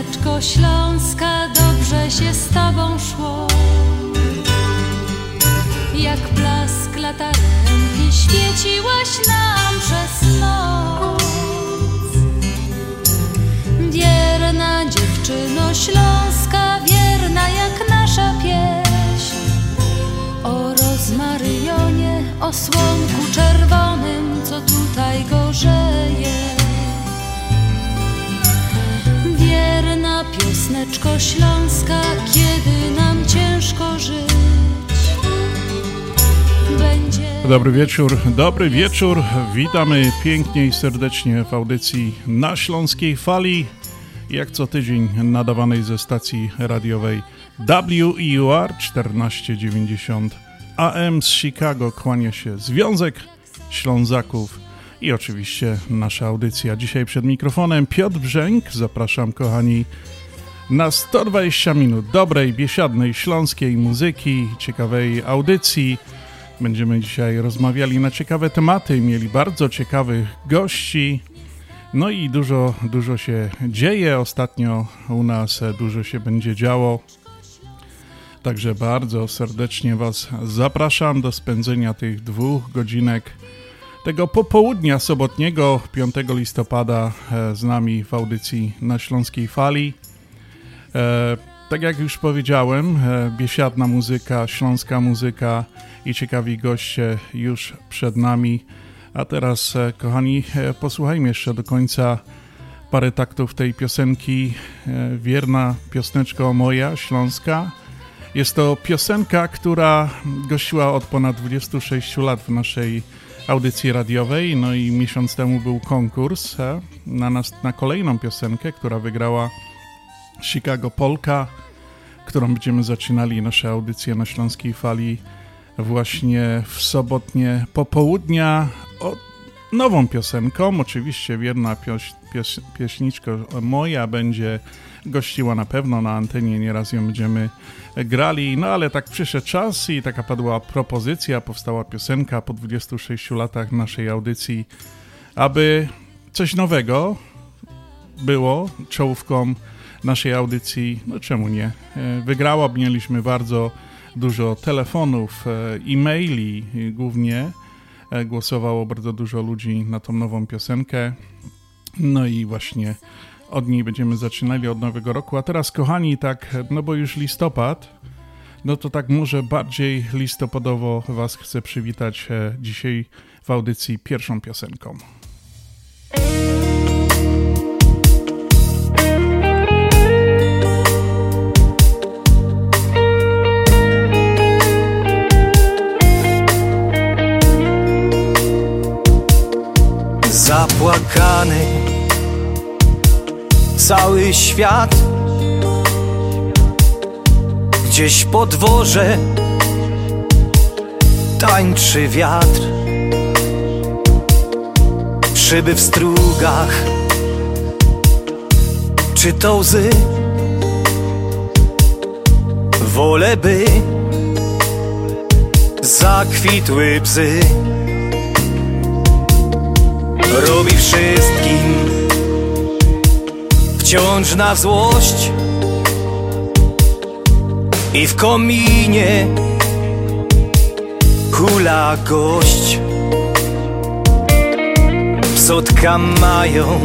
piosneczko śląska, dobrze się z tobą szło. Jak blask latarenki świeciłaś nam przez noc. Wierna dziewczyno śląska, wierna jak nasza pieśń. O rozmaryjonie, o słonku czerwonym, co tutaj gorzeje. Wierna piosneczko śląska, kiedy nam ciężko żyć będzie. Dobry wieczór, witamy pięknie i serdecznie w audycji Na Śląskiej Fali, jak co tydzień nadawanej ze stacji radiowej WEUR 1490 AM z Chicago. Kłania się Związek Ślązaków i oczywiście nasza audycja. Dzisiaj przed mikrofonem Piotr Brzęk. Zapraszam, kochani, na 120 minut dobrej, biesiadnej, śląskiej muzyki, ciekawej audycji. Będziemy dzisiaj rozmawiali na ciekawe tematy, mieli bardzo ciekawych gości. No i dużo się dzieje ostatnio u nas, dużo się będzie działo. Także bardzo serdecznie Was zapraszam do spędzenia tych 2 godzinek tego popołudnia sobotniego 5 listopada z nami w audycji Na Śląskiej Fali. Tak jak już powiedziałem, biesiadna muzyka, śląska muzyka i ciekawi goście już przed nami. A teraz, kochani, posłuchajmy jeszcze do końca parę taktów tej piosenki. Wierna piosneczko moja, śląska. Jest to piosenka, która gościła od ponad 26 lat w naszej audycji radiowej. No i miesiąc temu był konkurs na kolejną piosenkę, która wygrała Chicago Polka, którą będziemy zaczynali nasze audycje na Śląskiej Fali właśnie w sobotnie popołudnia nową piosenką. Oczywiście wierna pieśniczka moja będzie gościła na pewno na antenie, nieraz ją będziemy grali, no ale tak przyszedł czas i taka padła propozycja, powstała piosenka po 26 latach naszej audycji, aby coś nowego było czołówką naszej audycji. No czemu nie? Wygrała, mieliśmy bardzo dużo telefonów, e-maili głównie. Głosowało bardzo dużo ludzi na tą nową piosenkę. No i właśnie od niej będziemy zaczynali od nowego roku. A teraz, kochani, tak, no bo już listopad, no to tak może bardziej listopadowo Was chcę przywitać dzisiaj w audycji pierwszą piosenką. Zapłakany cały świat, gdzieś po dworze tańczy wiatr. Szyby w strugach, czy to łzy? Wolę, by zakwitły bzy. Robi wszystkim wciąż na złość i w kominie hula gość. Psotka mają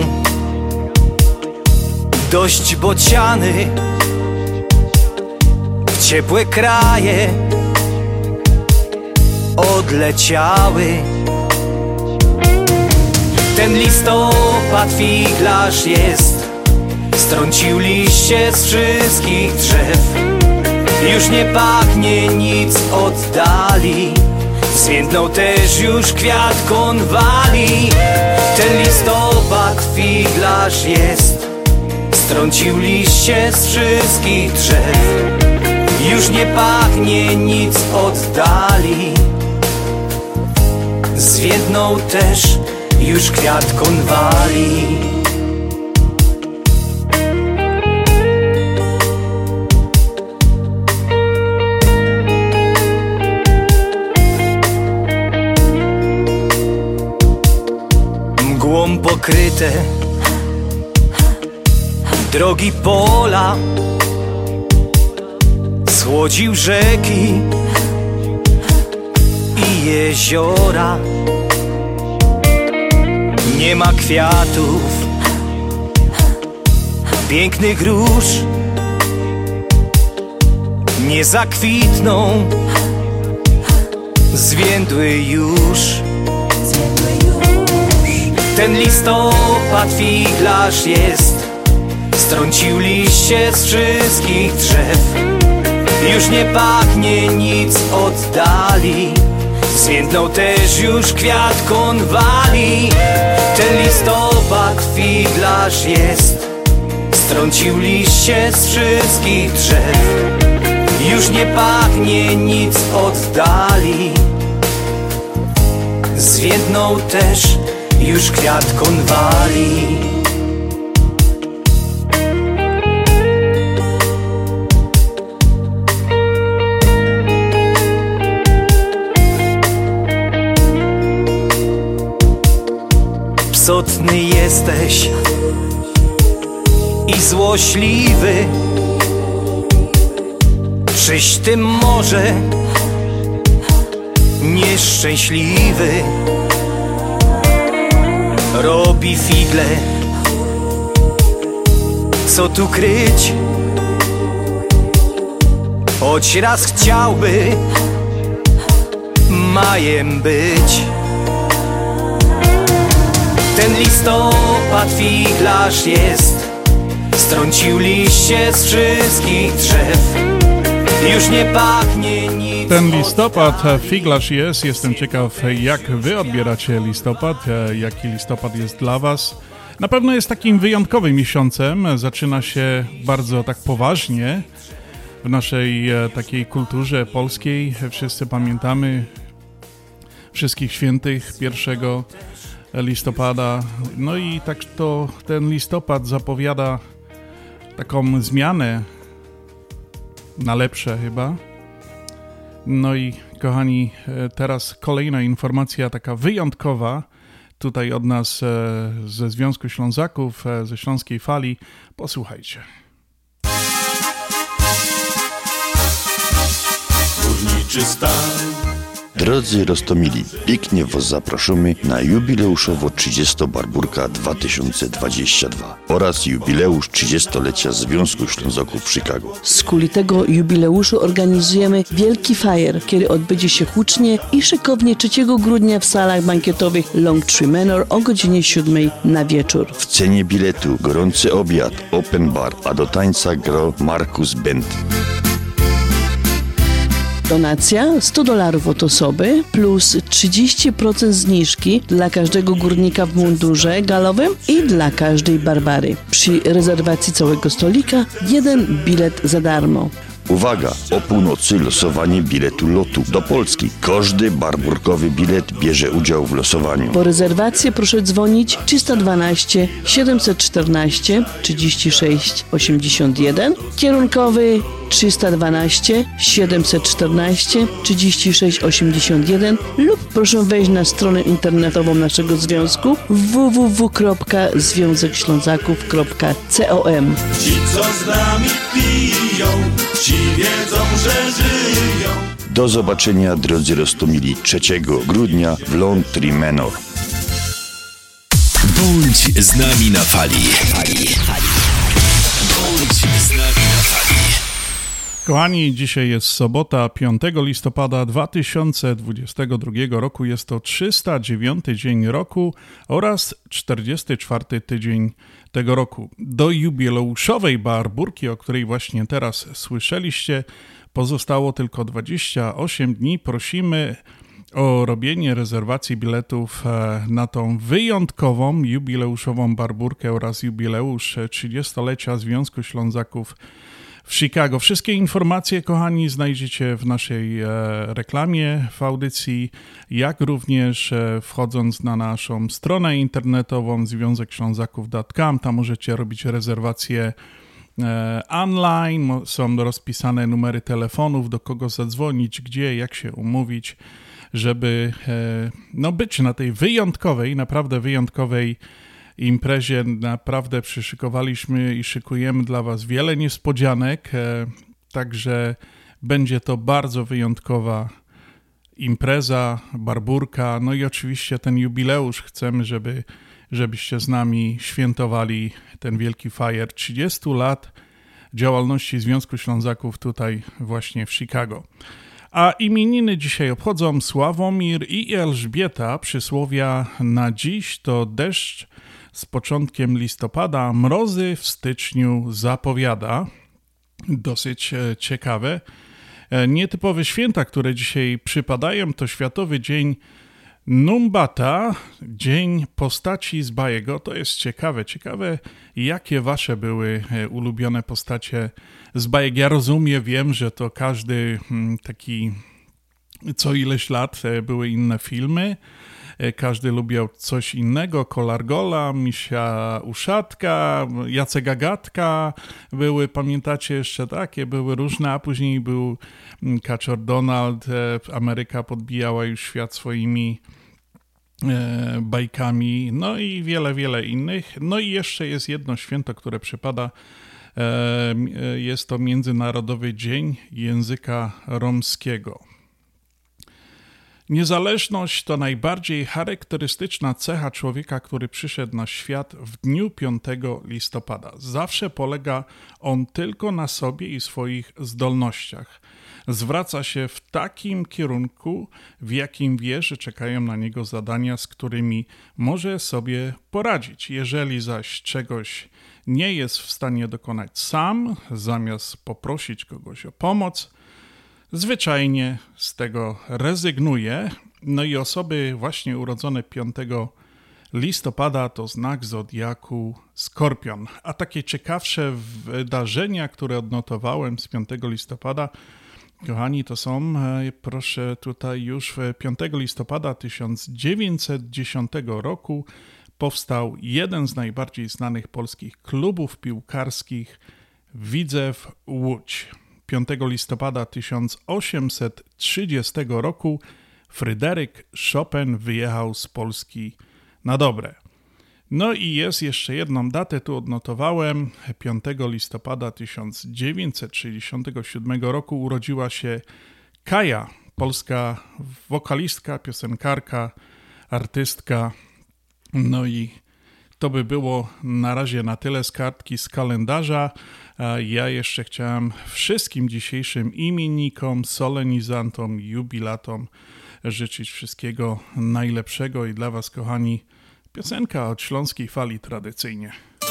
dość bociany, w ciepłe kraje odleciały. Ten listopad figlarz jest, strącił liście z wszystkich drzew. Już nie pachnie nic oddali, zwiędnął też już kwiat konwali. Ten listopad figlarz jest, strącił liście z wszystkich drzew. Już nie pachnie nic oddali, zwiędnął też już kwiat konwali. Mgłą pokryte drogi pola, słodził rzeki i jeziora. Nie ma kwiatów, pięknych róż, nie zakwitną, zwiędły już. Ten listopad figlarz jest, strącił liście z wszystkich drzew. Już nie pachnie nic oddali, zwiędnął też już kwiat konwali. Ten listopad figlarz jest, strącił liście z wszystkich drzew. Już nie pachnie nic oddali, zwiędnął też już kwiat konwali. Psotny jesteś i złośliwy, czyś ty może nieszczęśliwy. Robi figle, co tu kryć, choć raz chciałby majem być. Ten listopad figlarz jest, strącił liście z wszystkich drzew. Już nie pachnie nic. Ten listopad figlarz jest. Jestem ciekaw, jak wy odbieracie listopad, jaki listopad jest dla was. Na pewno jest takim wyjątkowym miesiącem. Zaczyna się bardzo tak poważnie w naszej takiej kulturze polskiej. Wszyscy pamiętamy wszystkich świętych 1 listopada. No i tak to ten listopad zapowiada taką zmianę na lepsze chyba. No i kochani, teraz kolejna informacja taka wyjątkowa tutaj od nas ze Związku Ślązaków, ze Śląskiej Fali. Posłuchajcie. Górniczy stan. Drodzy Rostomili, pięknie was zapraszamy na jubileuszowo 30 Barburka 2022 oraz jubileusz 30-lecia Związku Ślązaków w Chicago. Z kuli tego jubileuszu organizujemy wielki fajer, który odbędzie się hucznie i szykownie 3 grudnia w salach bankietowych Longtree Manor o godzinie 7 na wieczór. W cenie biletu gorący obiad, open bar, a do tańca gro Markus Band. Donacja $100 od osoby plus 30% zniżki dla każdego górnika w mundurze galowym i dla każdej Barbary. Przy rezerwacji całego stolika 1 bilet za darmo. Uwaga! O północy losowanie biletu lotu do Polski. Każdy barburkowy bilet bierze udział w losowaniu. Po rezerwację proszę dzwonić 312 714 36 81, kierunkowy 312 714 36 81 lub proszę wejść na stronę internetową naszego związku www.związekślązaków.com. Ci, co z nami piją, ci wiedzą, że żyją. Do zobaczenia, drodzy Rostomili, 3 grudnia w Longtree Manor. Bądź z nami na fali. Bądź z nami na fali. Kochani, dzisiaj jest sobota, 5 listopada 2022 roku. Jest to 309 dzień roku oraz 44 tydzień tego roku. Do jubileuszowej Barburki, o której właśnie teraz słyszeliście, pozostało tylko 28 dni. Prosimy o robienie rezerwacji biletów na tą wyjątkową jubileuszową Barburkę oraz jubileusz 30-lecia Związku Ślązaków w Chicago. Wszystkie informacje, kochani, znajdziecie w naszej reklamie w audycji, jak również wchodząc na naszą stronę internetową związekślązaków.com. Tam możecie robić rezerwacje online, są rozpisane numery telefonów, do kogo zadzwonić, gdzie, jak się umówić, żeby być na tej wyjątkowej, naprawdę wyjątkowej imprezie naprawdę przyszykowaliśmy i szykujemy dla Was wiele niespodzianek, także będzie to bardzo wyjątkowa impreza, barburka, no i oczywiście ten jubileusz. Chcemy, żebyście z nami świętowali ten wielki fajer 30 lat działalności Związku Ślązaków tutaj właśnie w Chicago. A imieniny dzisiaj obchodzą Sławomir i Elżbieta. Przysłowia na dziś to deszcz z początkiem listopada, mrozy w styczniu zapowiada. Dosyć ciekawe. Nietypowe święta, które dzisiaj przypadają, to Światowy Dzień Numbata, Dzień Postaci z bajek. To jest ciekawe, jakie wasze były ulubione postacie z bajek. Ja wiem, że to każdy taki co ileś lat były inne filmy, każdy lubił coś innego, Kolargola, Misia Uszatka, Jacek Agatka były, pamiętacie jeszcze takie, były różne, a później był Kaczor Donald, Ameryka podbijała już świat swoimi bajkami, no i wiele innych. No i jeszcze jest jedno święto, które przypada, jest to Międzynarodowy Dzień Języka Romskiego. Niezależność to najbardziej charakterystyczna cecha człowieka, który przyszedł na świat w dniu 5 listopada. Zawsze polega on tylko na sobie i swoich zdolnościach. Zwraca się w takim kierunku, w jakim wie, że czekają na niego zadania, z którymi może sobie poradzić. Jeżeli zaś czegoś nie jest w stanie dokonać sam, zamiast poprosić kogoś o pomoc, zwyczajnie z tego rezygnuje. No i osoby właśnie urodzone 5 listopada to znak zodiaku Skorpion. A takie ciekawsze wydarzenia, które odnotowałem z 5 listopada, kochani, to są, proszę tutaj już 5 listopada 1910 roku powstał jeden z najbardziej znanych polskich klubów piłkarskich, Widzew Łódź. 5 listopada 1830 roku Fryderyk Chopin wyjechał z Polski na dobre. No i jest jeszcze jedną datę, tu odnotowałem. 5 listopada 1967 roku urodziła się Kaja, polska wokalistka, piosenkarka, artystka. No i to by było na razie na tyle z kartki z kalendarza. Ja jeszcze chciałem wszystkim dzisiejszym imiennikom, solenizantom, jubilatom życzyć wszystkiego najlepszego i dla was, kochani, piosenka od Śląskiej Fali tradycyjnie.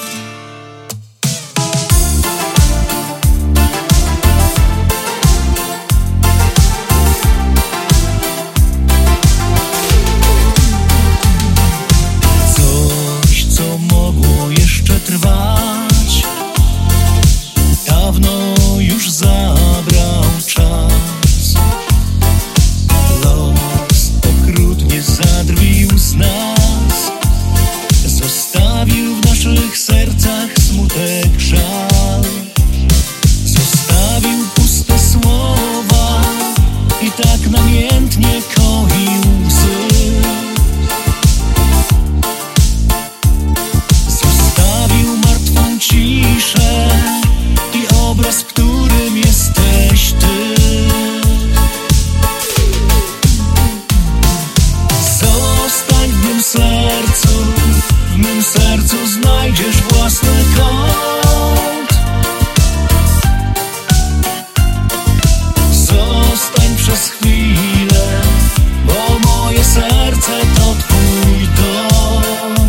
Coś, co mogło jeszcze trwać, dawno już zabrał czas. Los okrutnie zadrwił z nas, zostawił w naszych sercach smutek, żal. Zostawił puste słowa i tak namiętnie koił łzy. Zostawił martwą ciszę i obraz, w którym jesteś ty. Zostań w mym sercu, w mym sercu znajdziesz własny kąt. Zostań przez chwilę, bo moje serce to twój dom.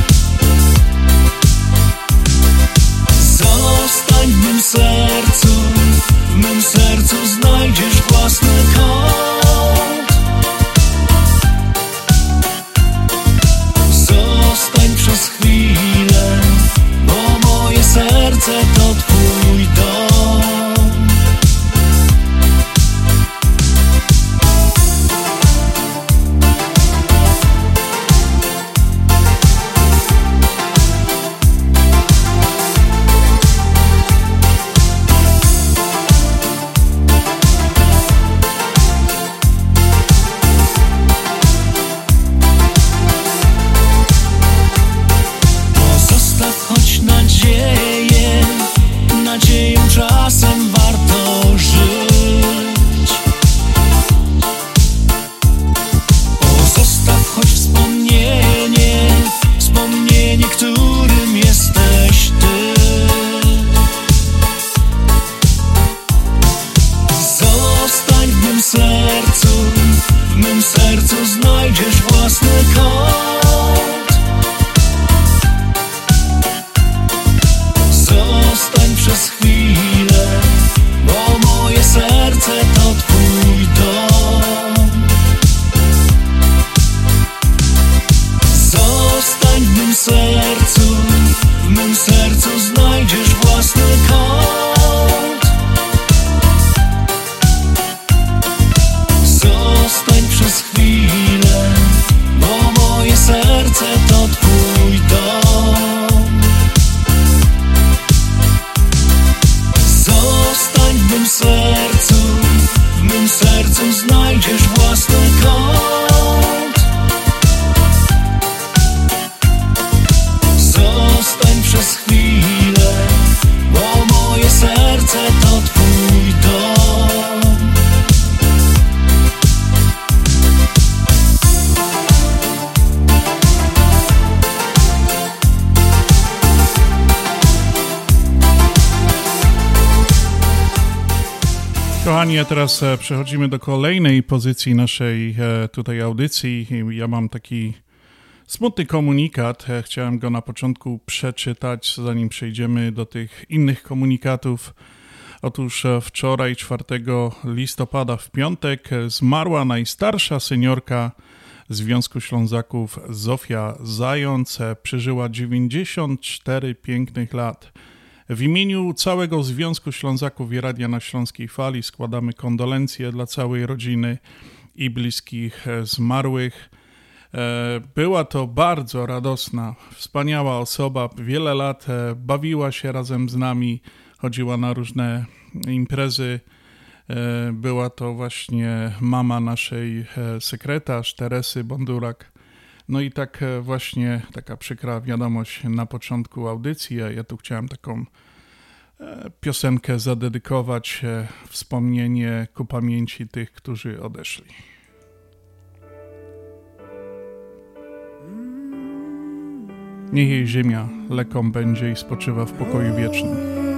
Zostań w mym sercu znajdziesz własny kąt. Zostań przez chwilę, bo moje serce to twój dom. przez chwilę, bo moje serce to twój dom. Zostań w mym sercu znajdziesz własny kąt. Zostań przez chwilę, bo moje serce to twój dom. Zostań w mym sercu znajdziesz własny kąt. Zostań przez chwilę, bo moje serce to twój dom. Kochani, a teraz przechodzimy do kolejnej pozycji naszej tutaj audycji. Ja mam taki smutny komunikat. Chciałem go na początku przeczytać, zanim przejdziemy do tych innych komunikatów. Otóż wczoraj, 4 listopada, w piątek, zmarła najstarsza seniorka Związku Ślązaków Zofia Zając. Przeżyła 94 pięknych lat. W imieniu całego Związku Ślązaków i Radia na Śląskiej Fali składamy kondolencje dla całej rodziny i bliskich zmarłych. Była to bardzo radosna, wspaniała osoba. Wiele lat bawiła się razem z nami, chodziła na różne imprezy. Była to właśnie mama naszej sekretarz Teresy Bondurak. No i tak właśnie taka przykra wiadomość na początku audycji. Ja tu chciałem taką piosenkę zadedykować, wspomnienie ku pamięci tych, którzy odeszli. Niech jej ziemia lekką będzie i spoczywa w pokoju wiecznym.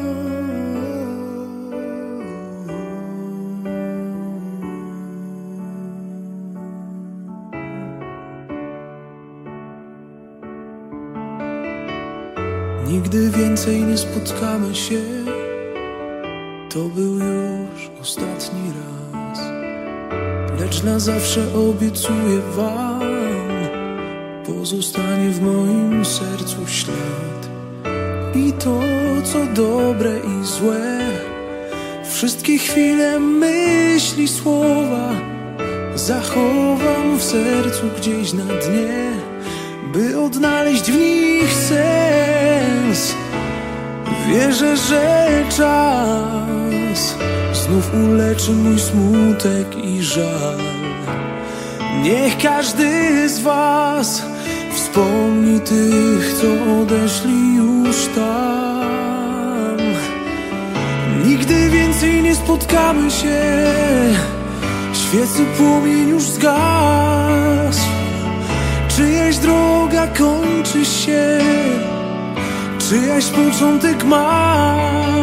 Nigdy więcej nie spotkamy się, to był już ostatni raz. Lecz na zawsze obiecuję wam, pozostanie w moim sercu ślad. I to, co dobre i złe, wszystkie chwile, myśli, słowa zachowam w sercu gdzieś na dnie, by odnaleźć w nich sens. Wierzę, że czas znów uleczy mój smutek i żal. Niech każdy z was wspomni tych, co odeszli już tam. Nigdy więcej nie spotkamy się, świecy płomień już zgasł. Czyjaś droga kończy się, czyjaś początek ma.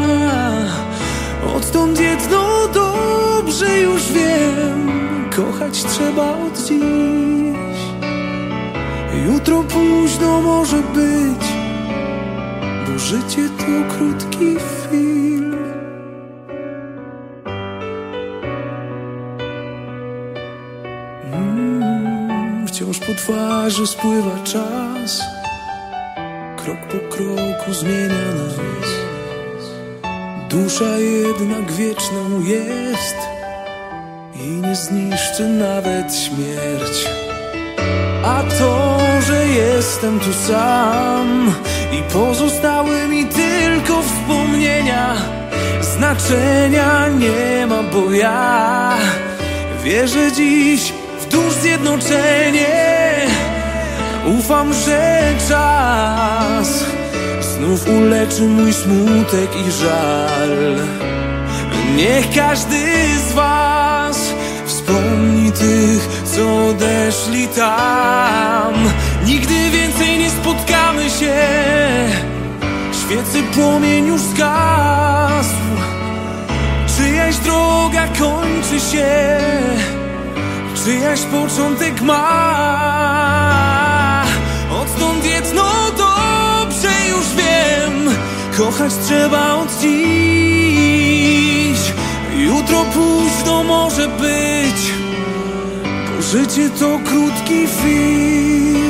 Odtąd jedno dobrze już wiem, kochać trzeba od dziś. Jutro późno może być, bo życie to krótki film. Wciąż po twarzy spływa czas, krok po kroku zmienia nas. Dusza jednak wieczną jest i nie zniszczy nawet śmierć. A to, że jestem tu sam i pozostały mi tylko wspomnienia, znaczenia nie ma, bo ja wierzę dziś w dusz zjednoczenie. Ufam, że czas znów uleczy mój smutek i żal. Niech każdy z was wspomni tych, co odeszli tam. Nigdy więcej nie spotkamy się, świecy płomień już zgasł. Czyjaś droga kończy się, czyjaś początek ma. Odtąd jedno dobrze już wiem, kochać trzeba od dziś. Jutro późno może być, bo życie to krótki film.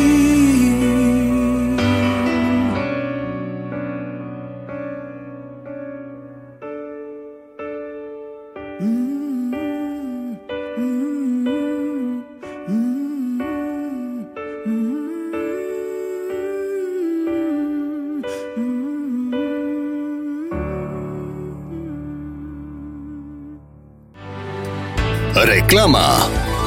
Reklama.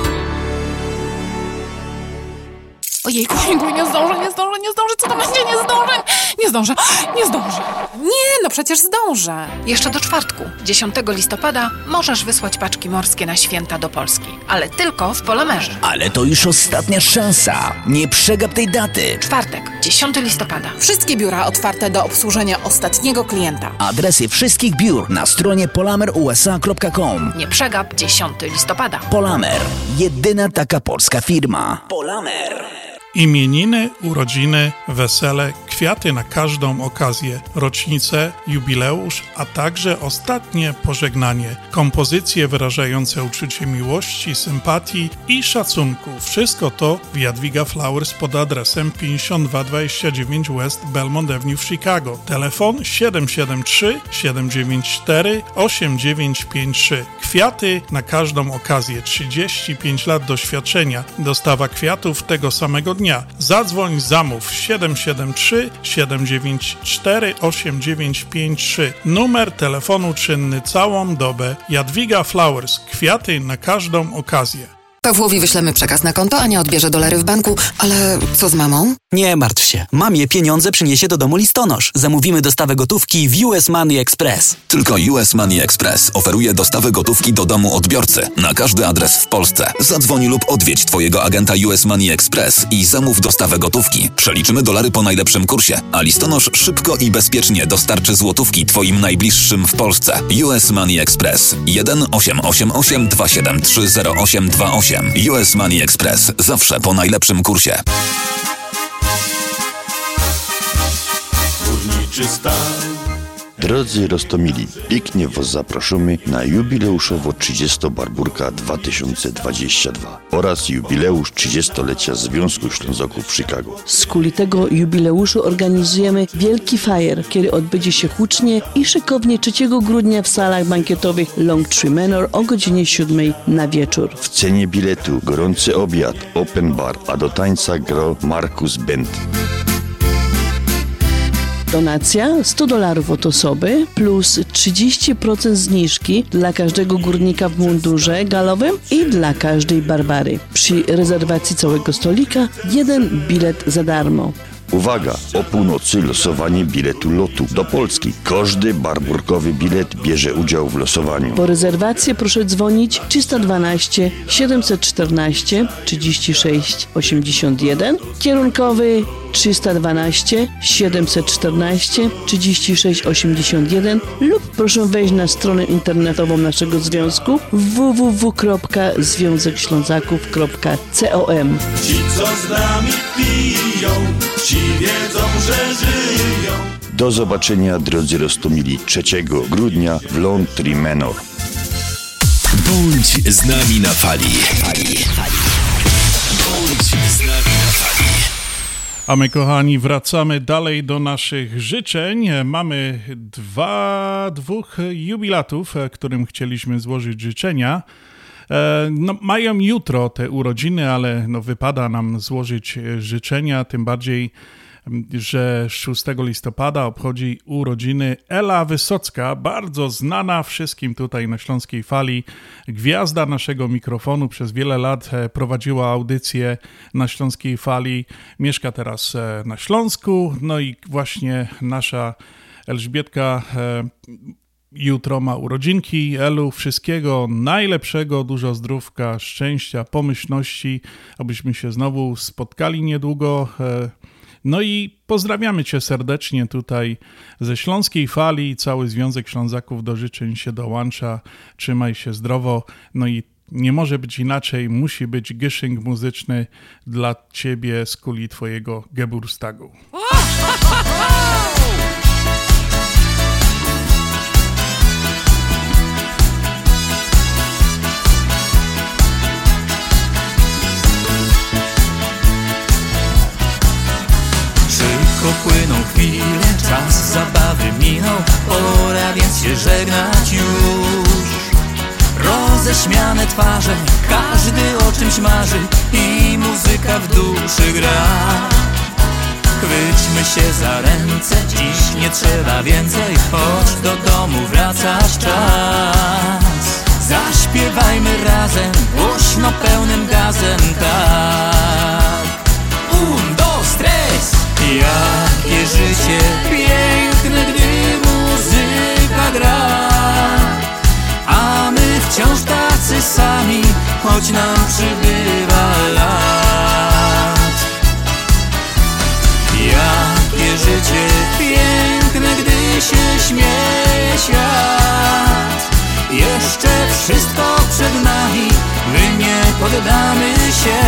Ojejku, nie zdążę, co to będzie, nie zdążę. Nie, no przecież zdążę. Jeszcze do czwartku, 10 listopada, możesz wysłać paczki morskie na święta do Polski, ale tylko w Polamerze. Ale to już ostatnia szansa. Nie przegap tej daty. Czwartek, 10 listopada. Wszystkie biura otwarte do obsłużenia ostatniego klienta. Adresy wszystkich biur na stronie polamerusa.com. Nie przegap, 10 listopada. Polamer. Jedyna taka polska firma. Polamer. Imieniny, urodziny, wesele, kwiaty na każdą okazję, rocznicę, jubileusz, a także ostatnie pożegnanie. Kompozycje wyrażające uczucie miłości, sympatii i szacunku. Wszystko to w Jadwiga Flowers pod adresem 5229 West Belmont Avenue w Chicago. Telefon 773-794-8953. Kwiaty na każdą okazję. 35 lat doświadczenia. Dostawa kwiatów tego samego dnia. Zadzwoń, zamów 773-794-8953. Numer telefonu czynny całą dobę. Jadwiga Flowers. Kwiaty na każdą okazję. Pawłowi wyślemy przekaz na konto, Ania odbierze dolary w banku, ale co z mamą? Nie martw się. Mamie pieniądze przyniesie do domu listonosz. Zamówimy dostawę gotówki w US Money Express. Tylko US Money Express oferuje dostawę gotówki do domu odbiorcy na każdy adres w Polsce. Zadzwoń lub odwiedź twojego agenta US Money Express i zamów dostawę gotówki. Przeliczymy dolary po najlepszym kursie, a listonosz szybko i bezpiecznie dostarczy złotówki twoim najbliższym w Polsce. US Money Express 1-888-273-0828. US Money Express. Zawsze po najlepszym kursie. Górniczy stan. Drodzy Rostomili, pięknie Was zapraszamy na jubileuszowo 30 Barburka 2022 oraz jubileusz 30-lecia Związku Ślązaków w Chicago. Z kuli tego jubileuszu organizujemy wielki fajer, który odbędzie się hucznie i szykownie 3 grudnia w salach bankietowych Long Tree Manor o godzinie 7 na wieczór. W cenie biletu gorący obiad, open bar, a do tańca grał Markus Bent. Donacja $100 od osoby plus 30% zniżki dla każdego górnika w mundurze galowym i dla każdej Barbary. Przy rezerwacji całego stolika 1 bilet za darmo. Uwaga! O północy losowanie biletu lotu do Polski. Każdy barburkowy bilet bierze udział w losowaniu. Po rezerwację proszę dzwonić 312 714 36 81, kierunkowy 312 714 36 81 lub proszę wejść na stronę internetową naszego związku www.związekślązaków.com. Ci, co z nami piją, ci wiedzą, że żyją. Do zobaczenia, drodzy Rostomili, 3 grudnia w Long Tree Manor. Bądź z nami na fali. Bądź z nami na fali. A my, kochani, wracamy dalej do naszych życzeń. Mamy dwóch jubilatów, którym chcieliśmy złożyć życzenia. Mają jutro te urodziny, ale wypada nam złożyć życzenia, tym bardziej, że 6 listopada obchodzi urodziny Ela Wysocka, bardzo znana wszystkim tutaj na Śląskiej Fali, gwiazda naszego mikrofonu, przez wiele lat prowadziła audycję na Śląskiej Fali, mieszka teraz na Śląsku, no i właśnie nasza Elżbietka jutro ma urodzinki. Elu, wszystkiego najlepszego, dużo zdrówka, szczęścia, pomyślności, abyśmy się znowu spotkali niedługo. No i pozdrawiamy Cię serdecznie tutaj ze Śląskiej Fali. Cały Związek Ślązaków do życzeń się dołącza. Trzymaj się zdrowo. No i nie może być inaczej. Musi być gyszynk muzyczny dla Ciebie z kuli Twojego Geburstagu. zabawy minął, pora więc się żegnać już. Roześmiane twarze, każdy o czymś marzy i muzyka w duszy gra. Chwyćmy się za ręce, dziś nie trzeba więcej, choć do domu wracasz czas. Zaśpiewajmy razem, głośno, pełnym gazem, tak. Un, dos, tres. Jakie życie piękne, gdy muzyka gra, a my wciąż tacy sami, choć nam przybywa lat. Jakie życie piękne, gdy się śmieje świat. Jeszcze wszystko przed nami, my nie poddamy się.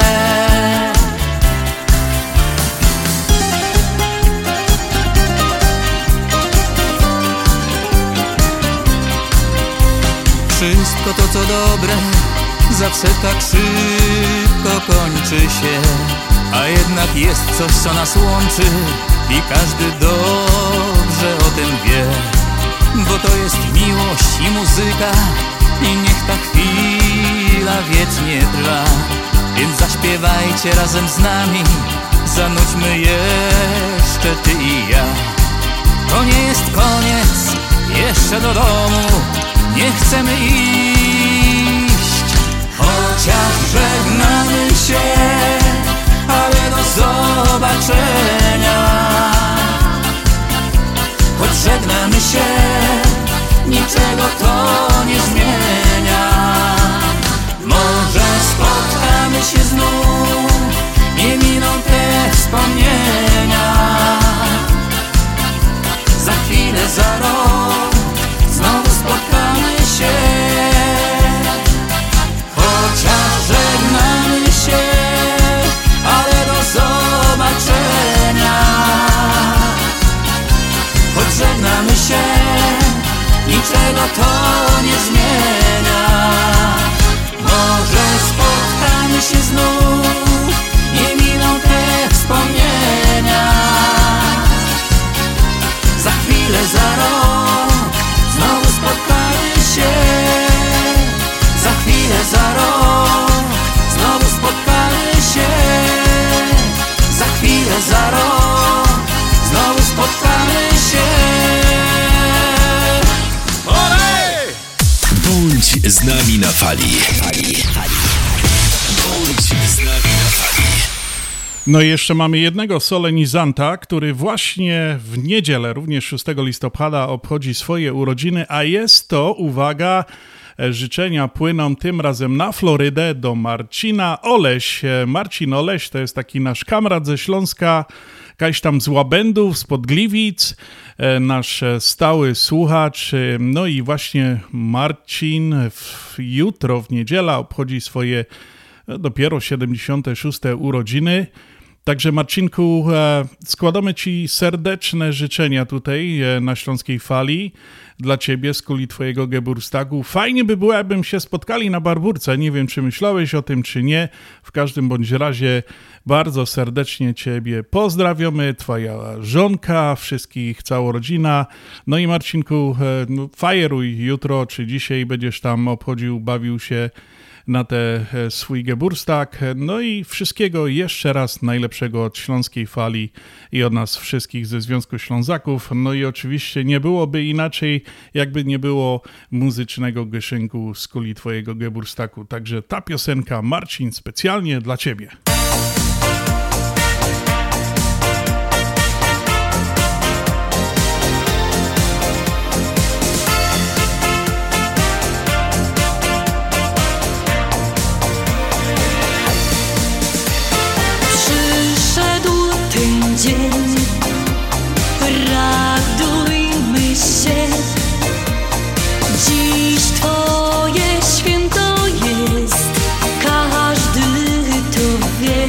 Wszystko to, co dobre, zawsze tak szybko kończy się. A jednak jest coś, co nas łączy i każdy dobrze o tym wie. Bo to jest miłość i muzyka i niech ta chwila wiecznie trwa. Więc zaśpiewajcie razem z nami, zanudźmy jeszcze ty i ja. To nie jest koniec, jeszcze do domu nie chcemy iść. Chociaż żegnamy się, ale do zobaczenia. Choć żegnamy się, niczego to nie zmienia. Może spotkamy się znów, nie miną te wspomnienia. Za chwilę, za rok znowu spotkamy się. Chociaż żegnamy się, ale do zobaczenia. Choć żegnamy się, niczego to nie zmienia. Może spotkamy się znów, nie miną te wspomnienia. Za chwilę, za rok znowu spotkamy się. Za chwilę, za rok znowu spotkamy się. Za chwilę, za rok znowu spotkamy się. Olej! Bądź z nami na fali. Bądź z nami na fali. No i jeszcze mamy jednego solenizanta, który właśnie w niedzielę, również 6 listopada, obchodzi swoje urodziny, a jest to, uwaga, życzenia płyną tym razem na Florydę do Marcina Oleś. Marcin Oleś to jest taki nasz kamrat ze Śląska, jakaś tam z Łabędów, spod Gliwic, nasz stały słuchacz. No i właśnie Marcin jutro w niedzielę obchodzi swoje dopiero 76. urodziny. Także Marcinku, składamy Ci serdeczne życzenia tutaj na Śląskiej Fali dla Ciebie z kuli Twojego Geburstagu. Fajnie by było, jakbym się spotkali na Barburce. Nie wiem, czy myślałeś o tym, czy nie. W każdym bądź razie bardzo serdecznie Ciebie pozdrawiamy. Twoja żonka, wszystkich, cała rodzina. No i Marcinku, fajeruj jutro czy dzisiaj, będziesz tam obchodził, bawił się na te swój Geburstag. No i wszystkiego jeszcze raz najlepszego od Śląskiej Fali i od nas wszystkich ze Związku Ślązaków. No i oczywiście nie byłoby inaczej, jakby nie było muzycznego gyszynku z kuli Twojego Geburstagu. Także ta piosenka, Marcin, specjalnie dla Ciebie. Dzień, radujmy się, dziś Twoje święto jest, każdy to wie.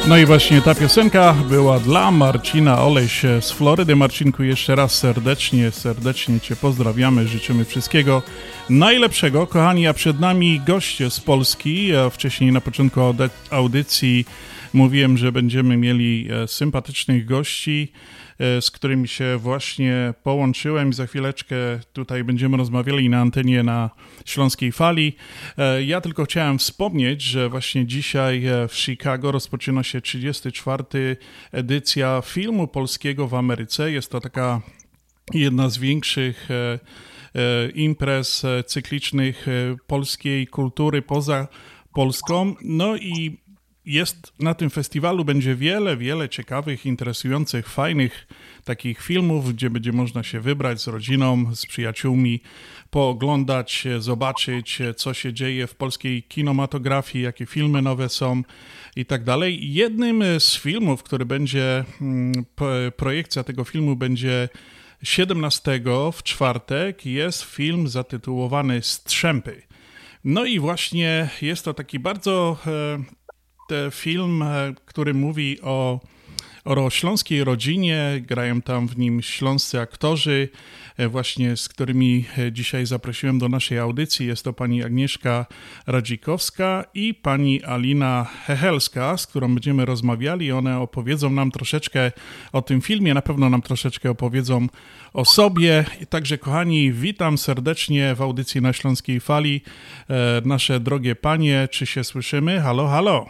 No i właśnie ta piosenka była dla Marcina Oleś z Florydy. Marcinku, jeszcze raz serdecznie Cię pozdrawiamy, życzymy wszystkiego najlepszego. Kochani, a przed nami goście z Polski. Wcześniej na początku audycji mówiłem, że będziemy mieli sympatycznych gości, z którymi się właśnie połączyłem. Za chwileczkę tutaj będziemy rozmawiali na antenie na Śląskiej Fali. Ja tylko chciałem wspomnieć, że właśnie dzisiaj w Chicago rozpoczyna się 34. edycja filmu polskiego w Ameryce. Jest to taka jedna z większych imprez cyklicznych polskiej kultury poza Polską. No i na tym festiwalu będzie wiele ciekawych, interesujących, fajnych takich filmów, gdzie będzie można się wybrać z rodziną, z przyjaciółmi, pooglądać, zobaczyć, co się dzieje w polskiej kinematografii, jakie filmy nowe są i tak dalej. Jednym z filmów, który będzie, projekcja tego filmu będzie 17 w czwartek, jest film zatytułowany Strzępy. No i właśnie jest to taki bardzo film, który mówi o śląskiej rodzinie. Grają tam w nim śląscy aktorzy, właśnie z którymi dzisiaj zaprosiłem do naszej audycji. Jest to pani Agnieszka Radzikowska i pani Alina Hechelska, z którą będziemy rozmawiali. One opowiedzą nam troszeczkę o tym filmie, na pewno nam troszeczkę opowiedzą o sobie. Także kochani, witam serdecznie w audycji na Śląskiej Fali. Nasze drogie panie, czy się słyszymy? Halo, halo.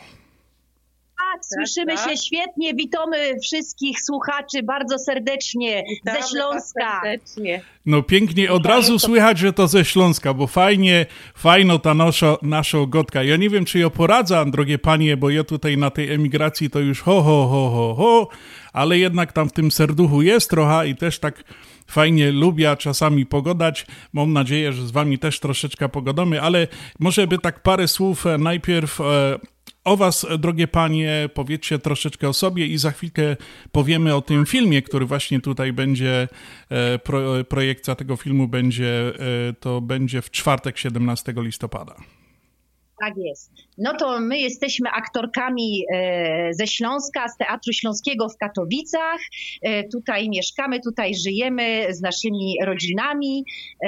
Słyszymy się świetnie, witamy wszystkich słuchaczy bardzo serdecznie ze Śląska. No pięknie, od razu słychać, że to ze Śląska, bo fajno ta nasza gotka. Ja nie wiem, czy ja poradzam, drogie panie, bo ja tutaj na tej emigracji to już ho, ale jednak tam w tym serduchu jest trochę i też tak fajnie lubię czasami pogadać. Mam nadzieję, że z wami też troszeczkę pogadamy, ale może by tak parę słów najpierw o was, drogie panie, powiedzcie troszeczkę o sobie i za chwilkę powiemy o tym filmie, który właśnie tutaj będzie, projekcja tego filmu będzie w czwartek, 17 listopada. Tak jest. No to my jesteśmy aktorkami ze Śląska, z Teatru Śląskiego w Katowicach. Tutaj mieszkamy, tutaj żyjemy z naszymi rodzinami.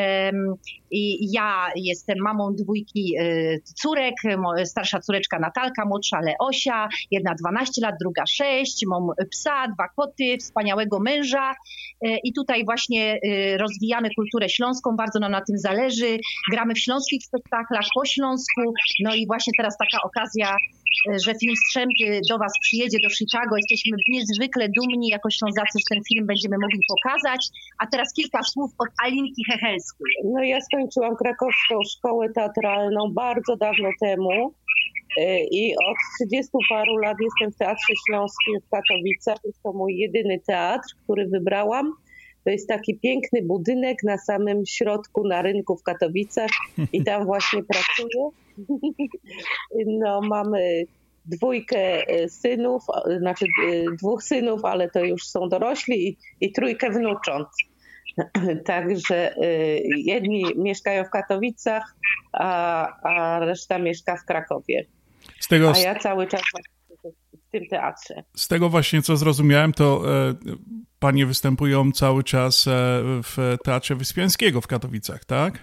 I ja jestem mamą 2 córek, starsza córeczka Natalka, młodsza Leosia, jedna 12 lat, druga 6, mam psa, 2 koty, wspaniałego męża i tutaj właśnie rozwijamy kulturę śląską, bardzo nam na tym zależy, gramy w śląskich spektaklach po śląsku, no i właśnie teraz taka okazja, że film Strzępy do was przyjedzie do Chicago. Jesteśmy niezwykle dumni jako Ślązacy, że ten film będziemy mogli pokazać. A teraz kilka słów od Alinki Hechelskiej. No ja skończyłam krakowską szkołę teatralną bardzo dawno temu i od 30 paru lat jestem w Teatrze Śląskim w Katowicach. Jest to mój jedyny teatr, który wybrałam. To jest taki piękny budynek na samym środku, na rynku w Katowicach i tam właśnie pracuję. No, mamy 2 synów, znaczy 2 synów, ale to już są dorośli i 3 wnucząt. Także jedni mieszkają w Katowicach, a reszta mieszka w Krakowie. A ja cały czas w tym teatrze. Z tego właśnie, co zrozumiałem, to panie występują cały czas w Teatrze Wyspiańskiego w Katowicach, tak?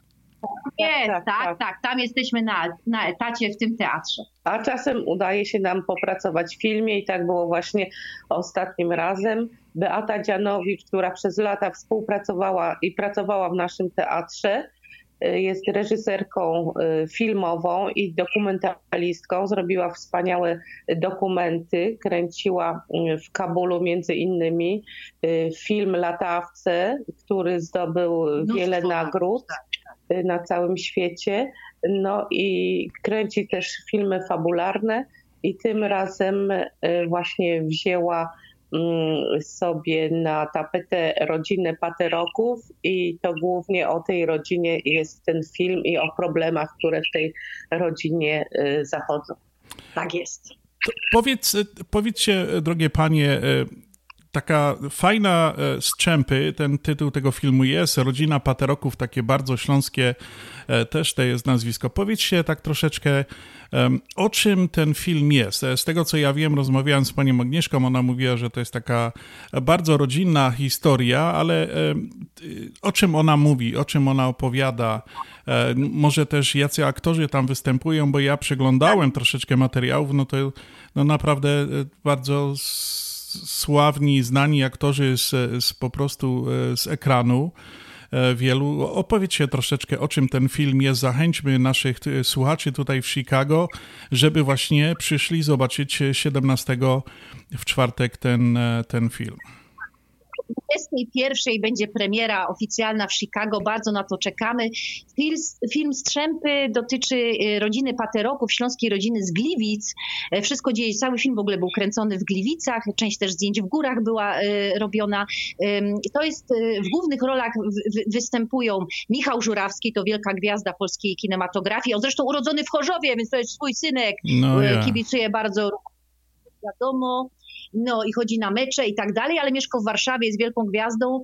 Tak. Tam jesteśmy na etacie w tym teatrze. A czasem udaje się nam popracować w filmie i tak było właśnie ostatnim razem. Beata Dzianowicz, która przez lata współpracowała i pracowała w naszym teatrze, jest reżyserką filmową i dokumentalistką. Zrobiła wspaniałe dokumenty. Kręciła w Kabulu między innymi film Latawce, który zdobył wiele nagród na całym świecie. No i kręci też filmy fabularne i tym razem właśnie wzięła sobie na tapetę rodzinę Pateroków i to głównie o tej rodzinie jest ten film i o problemach, które w tej rodzinie zachodzą. Tak jest. Powiedzcie, drogie panie, taka fajna strzępy, ten tytuł tego filmu jest, Rodzina Pateroków, takie bardzo śląskie też to jest nazwisko. Powiedzcie tak troszeczkę, o czym ten film jest. Z tego, co ja wiem, rozmawiałem z panią Agnieszką, ona mówiła, że to jest taka bardzo rodzinna historia, ale o czym ona mówi, o czym ona opowiada, może też jacy aktorzy tam występują, bo ja przeglądałem troszeczkę materiałów, no to no naprawdę bardzo sławni, znani aktorzy po prostu z ekranu wielu. Opowiedzcie troszeczkę, o czym ten film jest. Zachęćmy naszych słuchaczy tutaj w Chicago, żeby właśnie przyszli zobaczyć 17 w czwartek ten film. 21 będzie premiera oficjalna w Chicago, bardzo na to czekamy. Film Strzępy dotyczy rodziny Pateroków, śląskiej rodziny z Gliwic. Wszystko dzieje, cały film w ogóle był kręcony w Gliwicach, część też zdjęć w górach była robiona. To jest, w głównych rolach występują Michał Żurawski, to wielka gwiazda polskiej kinematografii, on zresztą urodzony w Chorzowie, więc to jest swój synek, kibicuje bardzo, wiadomo. No i chodzi na mecze i tak dalej, ale mieszka w Warszawie, jest wielką gwiazdą.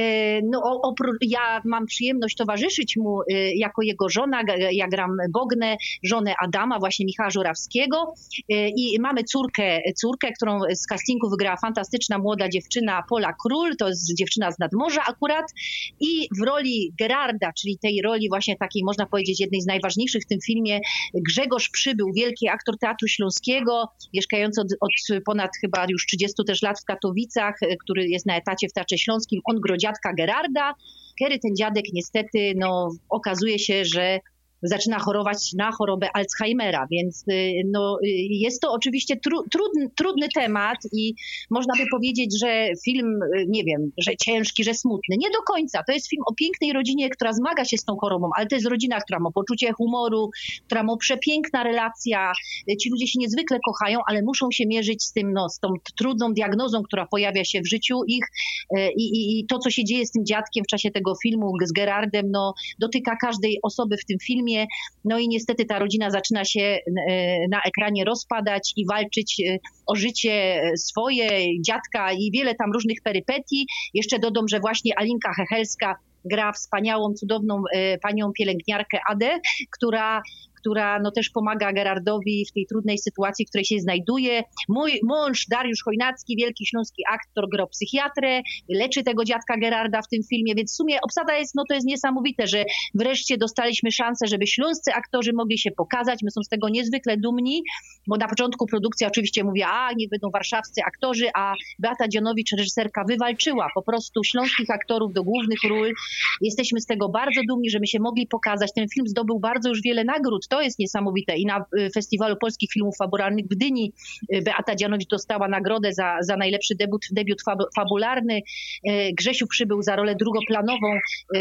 Ja mam przyjemność towarzyszyć mu jako jego żona, ja gram Bognę, żonę Adama, właśnie Michała Żurawskiego i mamy córkę, którą z castingu wygrała fantastyczna młoda dziewczyna Pola Król, to jest dziewczyna z Nadmorza akurat i w roli Gerarda, czyli tej roli właśnie takiej, można powiedzieć, jednej z najważniejszych w tym filmie, Grzegorz Przybył, wielki aktor Teatru Śląskiego, mieszkający od ponad chyba już 30 też lat w Katowicach, który jest na etacie w Teatrze Śląskim, on gro dziadka Gerarda. Kiedy ten dziadek niestety, okazuje się, że zaczyna chorować na chorobę Alzheimera, więc jest to oczywiście trudny temat i można by powiedzieć, że film, nie wiem, że ciężki, że smutny. Nie do końca. To jest film o pięknej rodzinie, która zmaga się z tą chorobą, ale to jest rodzina, która ma poczucie humoru, która ma przepiękna relacja. Ci ludzie się niezwykle kochają, ale muszą się mierzyć z tym, z tą trudną diagnozą, która pojawia się w życiu ich i to, co się dzieje z tym dziadkiem w czasie tego filmu, z Gerardem, dotyka każdej osoby w tym filmie. No i niestety ta rodzina zaczyna się na ekranie rozpadać i walczyć o życie swoje, dziadka i wiele tam różnych perypetii. Jeszcze dodam, że właśnie Alinka Hechelska gra wspaniałą, cudowną panią pielęgniarkę Adę, która też pomaga Gerardowi w tej trudnej sytuacji, w której się znajduje. Mój mąż Dariusz Chojnacki, wielki śląski aktor, gra psychiatrę, leczy tego dziadka Gerarda w tym filmie, więc w sumie obsada jest, to jest niesamowite, że wreszcie dostaliśmy szansę, żeby śląscy aktorzy mogli się pokazać. My są z tego niezwykle dumni, bo na początku produkcja oczywiście mówiła, niech będą warszawscy aktorzy, a Beata Dzianowicz, reżyserka, wywalczyła po prostu śląskich aktorów do głównych ról. Jesteśmy z tego bardzo dumni, że my się mogli pokazać. Ten film zdobył bardzo już wiele nagród. To jest niesamowite. I na Festiwalu Polskich Filmów Fabularnych w Gdyni Beata Dzianowicz dostała nagrodę za najlepszy debiut fabularny. Grzesiu Przybył za rolę drugoplanową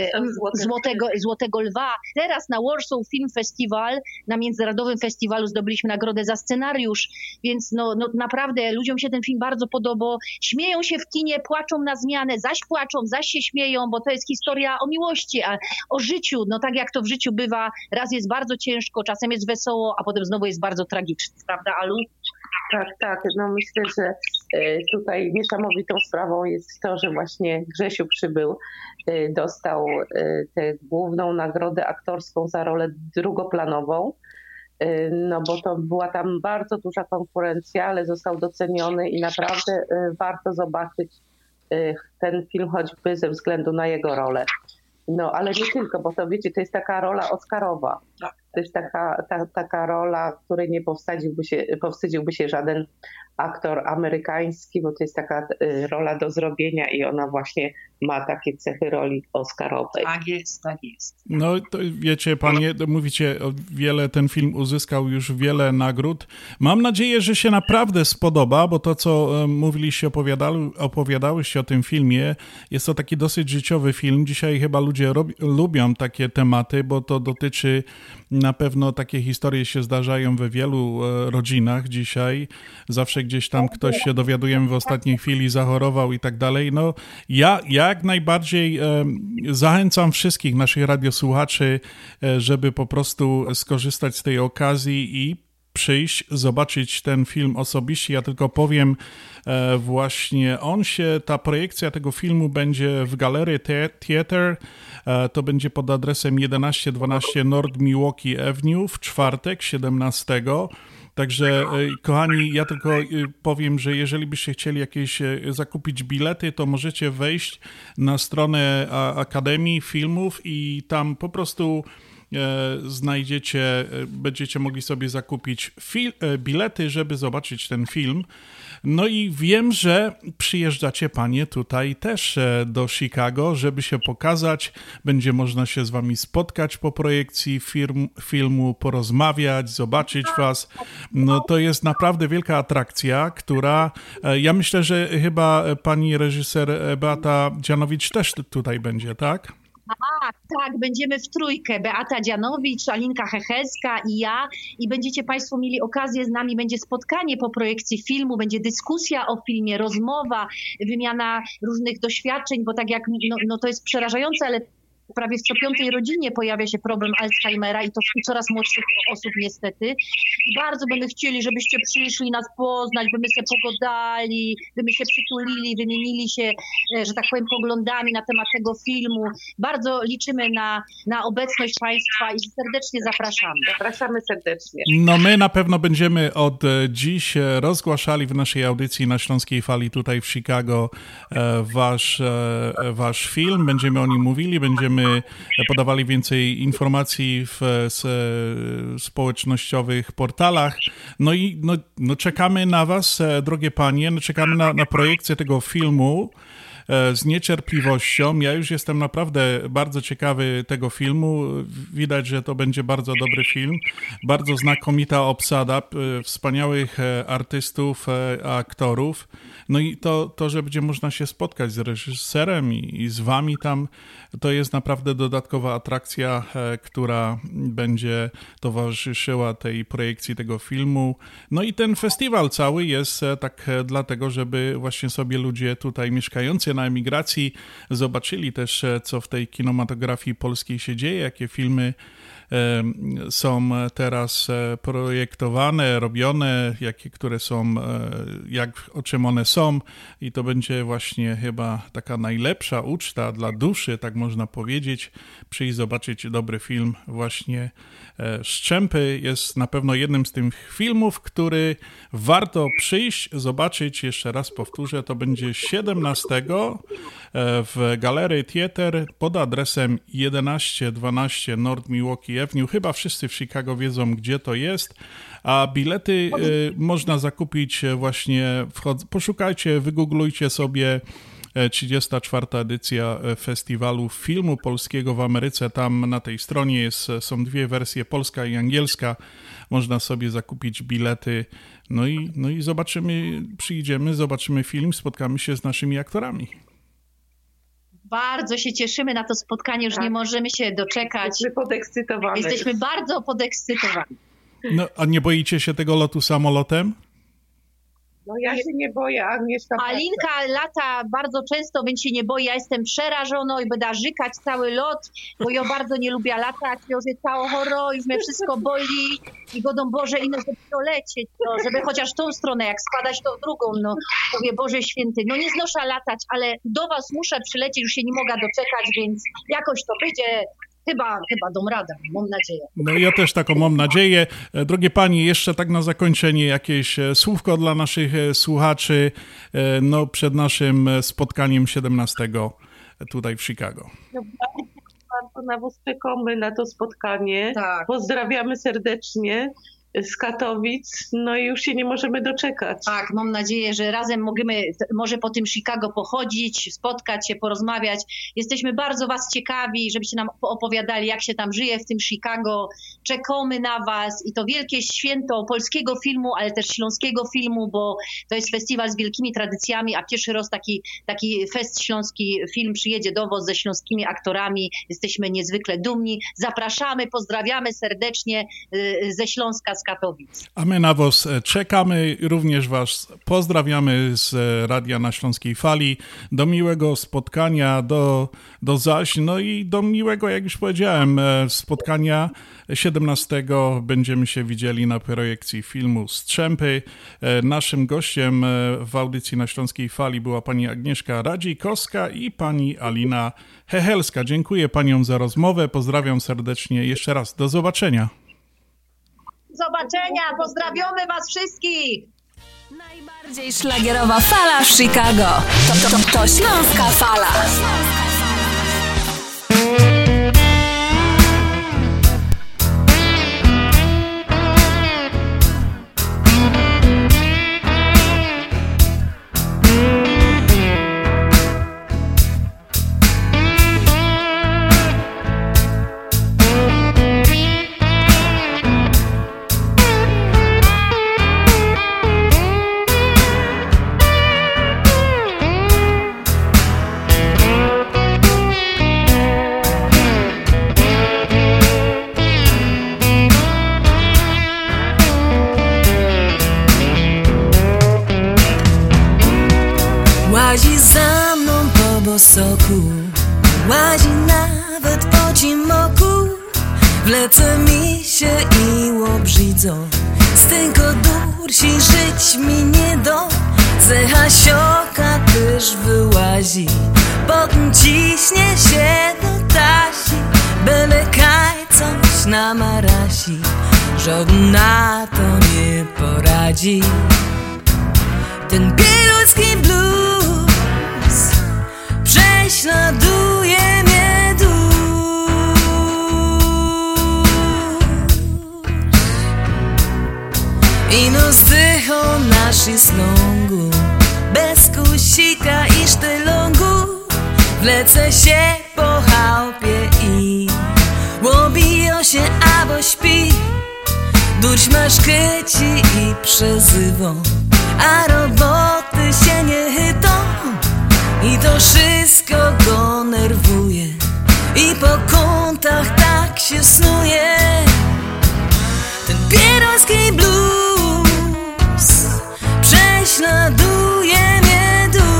Złotego Lwa. Teraz na Warsaw Film Festival, na Międzynarodowym Festiwalu zdobyliśmy nagrodę za scenariusz, więc naprawdę ludziom się ten film bardzo podoba. Śmieją się w kinie, płaczą na zmianę, zaś płaczą, zaś się śmieją, bo to jest historia o miłości, o życiu. Tak jak to w życiu bywa, raz jest bardzo ciężko, czasem jest wesoło, a potem znowu jest bardzo tragicznie, prawda, Alu? Tak. Myślę, że tutaj niesamowitą sprawą jest to, że właśnie Grzesiu Przybył dostał tę główną nagrodę aktorską za rolę drugoplanową, bo to była tam bardzo duża konkurencja, ale został doceniony i naprawdę warto zobaczyć ten film choćby ze względu na jego rolę. Ale nie tylko, bo to wiecie, to jest taka rola oscarowa. To jest taka rola, której nie powstydziłby się żaden aktor amerykański, bo to jest taka rola do zrobienia i ona właśnie ma takie cechy roli oscarowej. Tak jest. To wiecie, panie, mówicie, ten film uzyskał już wiele nagród. Mam nadzieję, że się naprawdę spodoba, bo to, co mówiliście, opowiadałyście o tym filmie, jest to taki dosyć życiowy film. Dzisiaj chyba ludzie lubią takie tematy, bo to dotyczy, na pewno takie historie się zdarzają we wielu rodzinach dzisiaj. Zawsze gdzieś tam ktoś się dowiadujemy w ostatniej chwili, zachorował i tak dalej. Ja jak najbardziej zachęcam wszystkich naszych radiosłuchaczy, żeby po prostu skorzystać z tej okazji i przyjść, zobaczyć ten film osobiście. Ja tylko powiem, właśnie ta projekcja tego filmu będzie w Galerii Theater. To będzie pod adresem 1112 North Milwaukee Avenue w czwartek, 17. Także, kochani, ja tylko powiem, że jeżeli byście chcieli jakieś zakupić bilety, to możecie wejść na stronę Akademii Filmów i tam po prostu będziecie mogli sobie zakupić bilety, żeby zobaczyć ten film. No i wiem, że przyjeżdżacie panie tutaj też do Chicago, żeby się pokazać. Będzie można się z wami spotkać po projekcji filmu, porozmawiać, zobaczyć was. No to jest naprawdę wielka atrakcja, która ja myślę, że chyba pani reżyser Beata Dzianowicz też tutaj będzie, tak? Tak, będziemy w trójkę. Beata Dzianowicz, Alinka Hechelska i ja. I będziecie państwo mieli okazję, z nami będzie spotkanie po projekcji filmu, będzie dyskusja o filmie, rozmowa, wymiana różnych doświadczeń, bo tak jak, to jest przerażające, ale prawie w co piątej rodzinie pojawia się problem Alzheimera i to wśród coraz młodszych osób niestety. I bardzo będę chcieli, żebyście przyszli nas poznać, by my się pogadali, by my się przytulili, wymienili się, że tak powiem, poglądami na temat tego filmu. Bardzo liczymy na obecność państwa i serdecznie zapraszamy. Zapraszamy serdecznie. No my na pewno będziemy od dziś rozgłaszali w naszej audycji na Śląskiej Fali tutaj w Chicago wasz film. Będziemy o nim mówili, będziemy podawali więcej informacji w społecznościowych portalach. No i czekamy na was, drogie panie, czekamy na projekcję tego filmu z niecierpliwością. Ja już jestem naprawdę bardzo ciekawy tego filmu. Widać, że to będzie bardzo dobry film. Bardzo znakomita obsada, wspaniałych artystów, aktorów. No i to, że będzie można się spotkać z reżyserem i z wami tam, to jest naprawdę dodatkowa atrakcja, która będzie towarzyszyła tej projekcji tego filmu. No i ten festiwal cały jest tak dlatego, żeby właśnie sobie ludzie tutaj mieszkający na emigracji zobaczyli też, co w tej kinematografii polskiej się dzieje, jakie filmy są teraz projektowane, robione, które są, o czym one są i to będzie właśnie chyba taka najlepsza uczta dla duszy, tak można powiedzieć, przyjść zobaczyć dobry film. Właśnie Szczępy jest na pewno jednym z tych filmów, który warto przyjść, zobaczyć, jeszcze raz powtórzę, to będzie 17 w Galerii Theater pod adresem 1112 North Milwaukee Avenue. Chyba wszyscy w Chicago wiedzą, gdzie to jest, a bilety można zakupić właśnie, poszukajcie, wygooglujcie sobie 34. edycja Festiwalu Filmu Polskiego w Ameryce. Tam na tej stronie są dwie wersje, polska i angielska. Można sobie zakupić bilety. No i przyjdziemy, zobaczymy film, spotkamy się z naszymi aktorami. Bardzo się cieszymy na to spotkanie, już nie możemy się doczekać. Jesteśmy podekscytowane. Jesteśmy bardzo podekscytowani. No, a nie boicie się tego lotu samolotem? No ja się nie boję, Agnieszka. Alinka lata bardzo często, więc się nie boi. Ja jestem przerażona i będę żykać cały lot, bo ja bardzo nie lubię latać. Ja się cało choro, już mnie wszystko boli i godą Boże, ino żeby to lecieć, żeby chociaż tą stronę, jak składać to w drugą, mówię Boże Święty, nie znoszę latać, ale do was muszę przylecieć, już się nie mogę doczekać, więc jakoś to będzie. Chyba dam radę, mam nadzieję. No ja też taką mam nadzieję. Drogie panie, jeszcze tak na zakończenie jakieś słówko dla naszych słuchaczy przed naszym spotkaniem 17 tutaj w Chicago. Bardzo na was czekamy na to spotkanie. Tak. Pozdrawiamy serdecznie z Katowic, i już się nie możemy doczekać. Tak, mam nadzieję, że razem możemy może po tym Chicago pochodzić, spotkać się, porozmawiać. Jesteśmy bardzo was ciekawi, żebyście nam opowiadali, jak się tam żyje w tym Chicago. Czekamy na was i to wielkie święto polskiego filmu, ale też śląskiego filmu, bo to jest festiwal z wielkimi tradycjami, a pierwszy raz taki fest śląski film przyjedzie do was ze śląskimi aktorami. Jesteśmy niezwykle dumni. Zapraszamy, pozdrawiamy serdecznie ze Śląska, z Katowic. A my na was czekamy, również was pozdrawiamy z Radia na Śląskiej Fali. Do miłego spotkania, do zaś, no i do miłego, jak już powiedziałem, spotkania 17 będziemy się widzieli na projekcji filmu Strzępy. Naszym gościem w audycji na Śląskiej Fali była pani Agnieszka Radziejkowska i pani Alina Hechelska. Dziękuję paniom za rozmowę, pozdrawiam serdecznie jeszcze raz. Do zobaczenia. Zobaczenia, pozdrawiamy was wszystkich! Najbardziej szlagierowa fala w Chicago. To Śląska Fala. Łazi za mną po bosoku, łazi nawet po cimoku. Wlecę mi się i łobrzydzą, z tylko dursi żyć mi nie do. Cecha sioka też wyłazi, potem ciśnie się do tasi. Byle kaj coś namarasi, żaden na to nie poradzi. Ten bieludzki blues prześladuje mnie dusz. Ino zdychą nasi slągu, bez kusika i sztylągu. Wlecę się po chałupie i łobiją się albo śpi. Durć masz chyci i przezywą, a roboty się nie chytą. I to wszystko go nerwuje i po kątach tak się snuje. Ten pieroński blues prześladuje mnie dusz.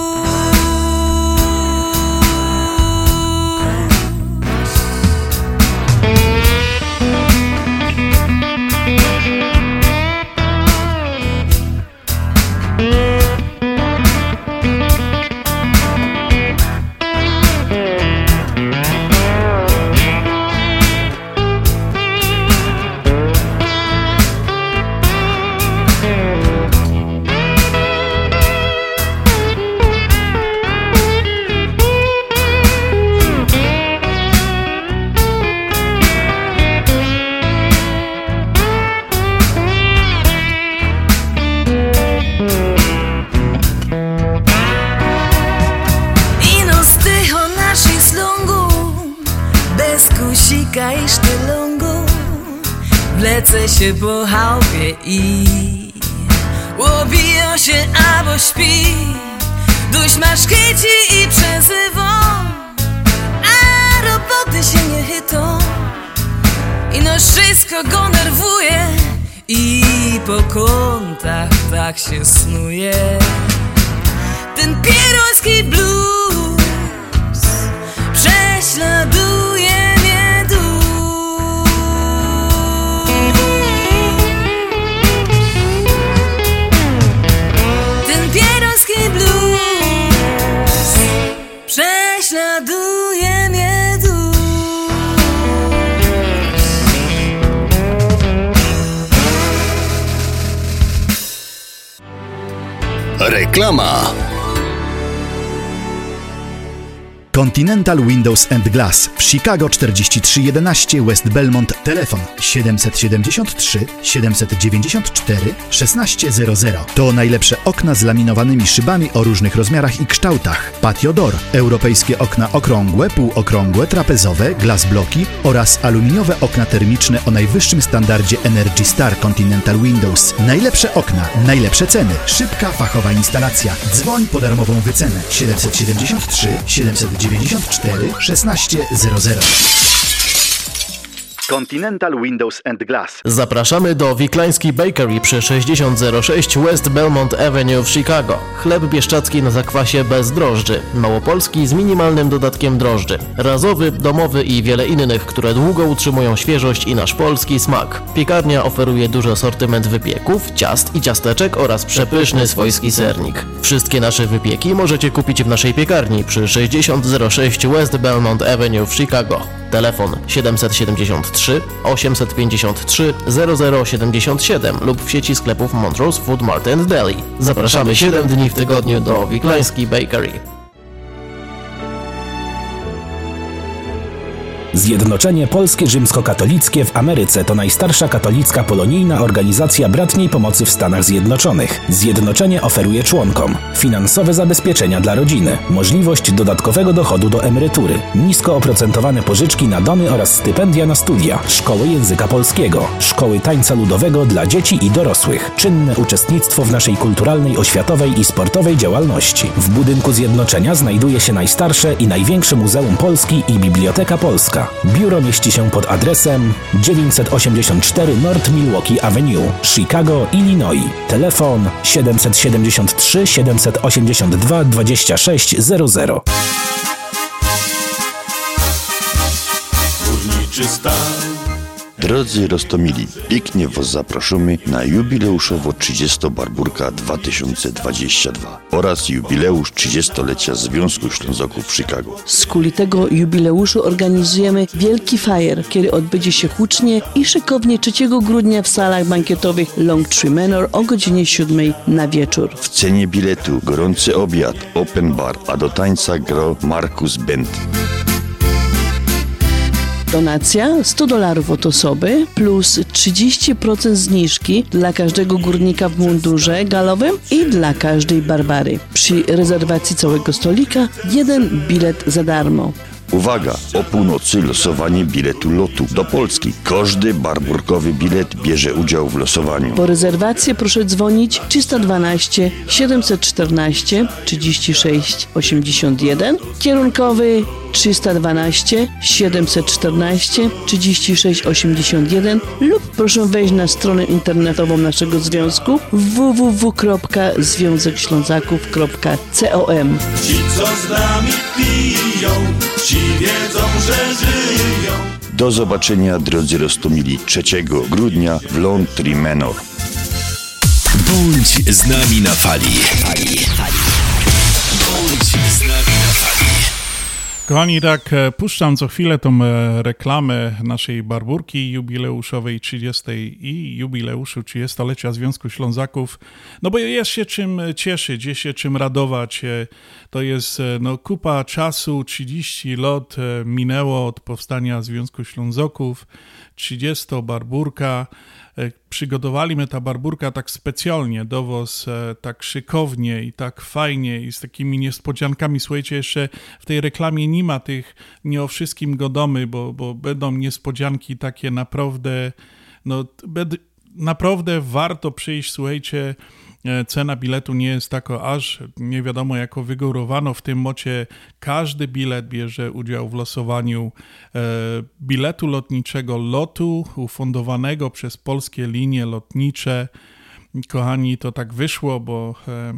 I sztylągu wlecę się po chałupie i łobiją się albo śpi. Duś masz chyci i przezywą, a roboty się nie chytą. I no wszystko go nerwuje i po kątach tak się snuje. Ten pieroński blues prześladuje mnie dusz. Ten pieroński blues prześladuje mnie dusz. Reklama. Continental Windows and Glass w Chicago 4311 West Belmont. Telefon 773 794 1600. To najlepsze okna z laminowanymi szybami o różnych rozmiarach i kształtach. Patio door, europejskie okna okrągłe, półokrągłe, trapezowe, glass bloki oraz aluminiowe okna termiczne o najwyższym standardzie Energy Star Continental Windows. Najlepsze okna, najlepsze ceny, szybka, fachowa instalacja. Dzwoń po darmową wycenę 773 794 1600. Continental Windows and Glass. Zapraszamy do Wiklański Bakery przy 6006 West Belmont Avenue w Chicago. Chleb bieszczacki na zakwasie bez drożdży. Małopolski z minimalnym dodatkiem drożdży. Razowy, domowy i wiele innych, które długo utrzymują świeżość i nasz polski smak. Piekarnia oferuje duży asortyment wypieków, ciast i ciasteczek oraz przepyszny swojski sernik. Wszystkie nasze wypieki możecie kupić w naszej piekarni przy 6006 West Belmont Avenue w Chicago. Telefon 773 853 0077 lub w sieci sklepów Montrose Food Mart and Deli. Zapraszamy 7 dni w tygodniu do Wiklański Bakery. Zjednoczenie Polskie Rzymskokatolickie w Ameryce to najstarsza katolicka polonijna organizacja bratniej pomocy w Stanach Zjednoczonych. Zjednoczenie oferuje członkom finansowe zabezpieczenia dla rodziny, możliwość dodatkowego dochodu do emerytury, nisko oprocentowane pożyczki na domy oraz stypendia na studia, szkoły języka polskiego, szkoły tańca ludowego dla dzieci i dorosłych, czynne uczestnictwo w naszej kulturalnej, oświatowej i sportowej działalności. W budynku Zjednoczenia znajduje się najstarsze i największe Muzeum Polski i Biblioteka Polska. Biuro mieści się pod adresem 984 North Milwaukee Avenue, Chicago, Illinois. Telefon 773 782 2600. Górniczy stan. Drodzy Rostomili, pięknie Was zapraszamy na jubileuszowo 30 Barburka 2022 oraz jubileusz 30-lecia Związku Ślązoków w Chicago. Z kuli tego jubileuszu organizujemy wielki fajer, który odbędzie się hucznie i szykownie 3 grudnia w salach bankietowych Long Tree Manor o godzinie 7 na wieczór. W cenie biletu gorący obiad, open bar, a do tańca gro Marcus Band. Donacja $100 od osoby plus 30% zniżki dla każdego górnika w mundurze galowym i dla każdej Barbary. Przy rezerwacji całego stolika 1 bilet za darmo. Uwaga! O północy losowanie biletu lotu do Polski. Każdy barburkowy bilet bierze udział w losowaniu. Po rezerwację proszę dzwonić 312 714 36 81, kierunkowy 312 714 36 81 lub proszę wejść na stronę internetową naszego związku www.związekślązaków.com. Ci, co z nami piją, ci wiedzą, że żyją. Do zobaczenia, drodzy Rostomili, 3 grudnia w Long Tree Manor. Bądź z nami na fali. Bądź z nami na fali. Kochani, tak puszczam co chwilę tą reklamę naszej Barburki jubileuszowej 30 i jubileuszu 30-lecia Związku Ślązaków, no bo jest się czym cieszyć, jest się czym radować. To jest kupa czasu, 30 lat minęło od powstania Związku Ślązaków, 30 Barburka. Przygotowaliśmy ta Barburka tak specjalnie do was, tak szykownie i tak fajnie i z takimi niespodziankami. Słuchajcie, jeszcze w tej reklamie nie ma tych, nie o wszystkim godomy, bo będą niespodzianki takie naprawdę, naprawdę warto przyjść, słuchajcie. Cena biletu nie jest taka aż nie wiadomo jako wygórowano. W tym mocie każdy bilet bierze udział w losowaniu biletu lotniczego lotu ufundowanego przez Polskie Linie Lotnicze. Kochani, to tak wyszło, bo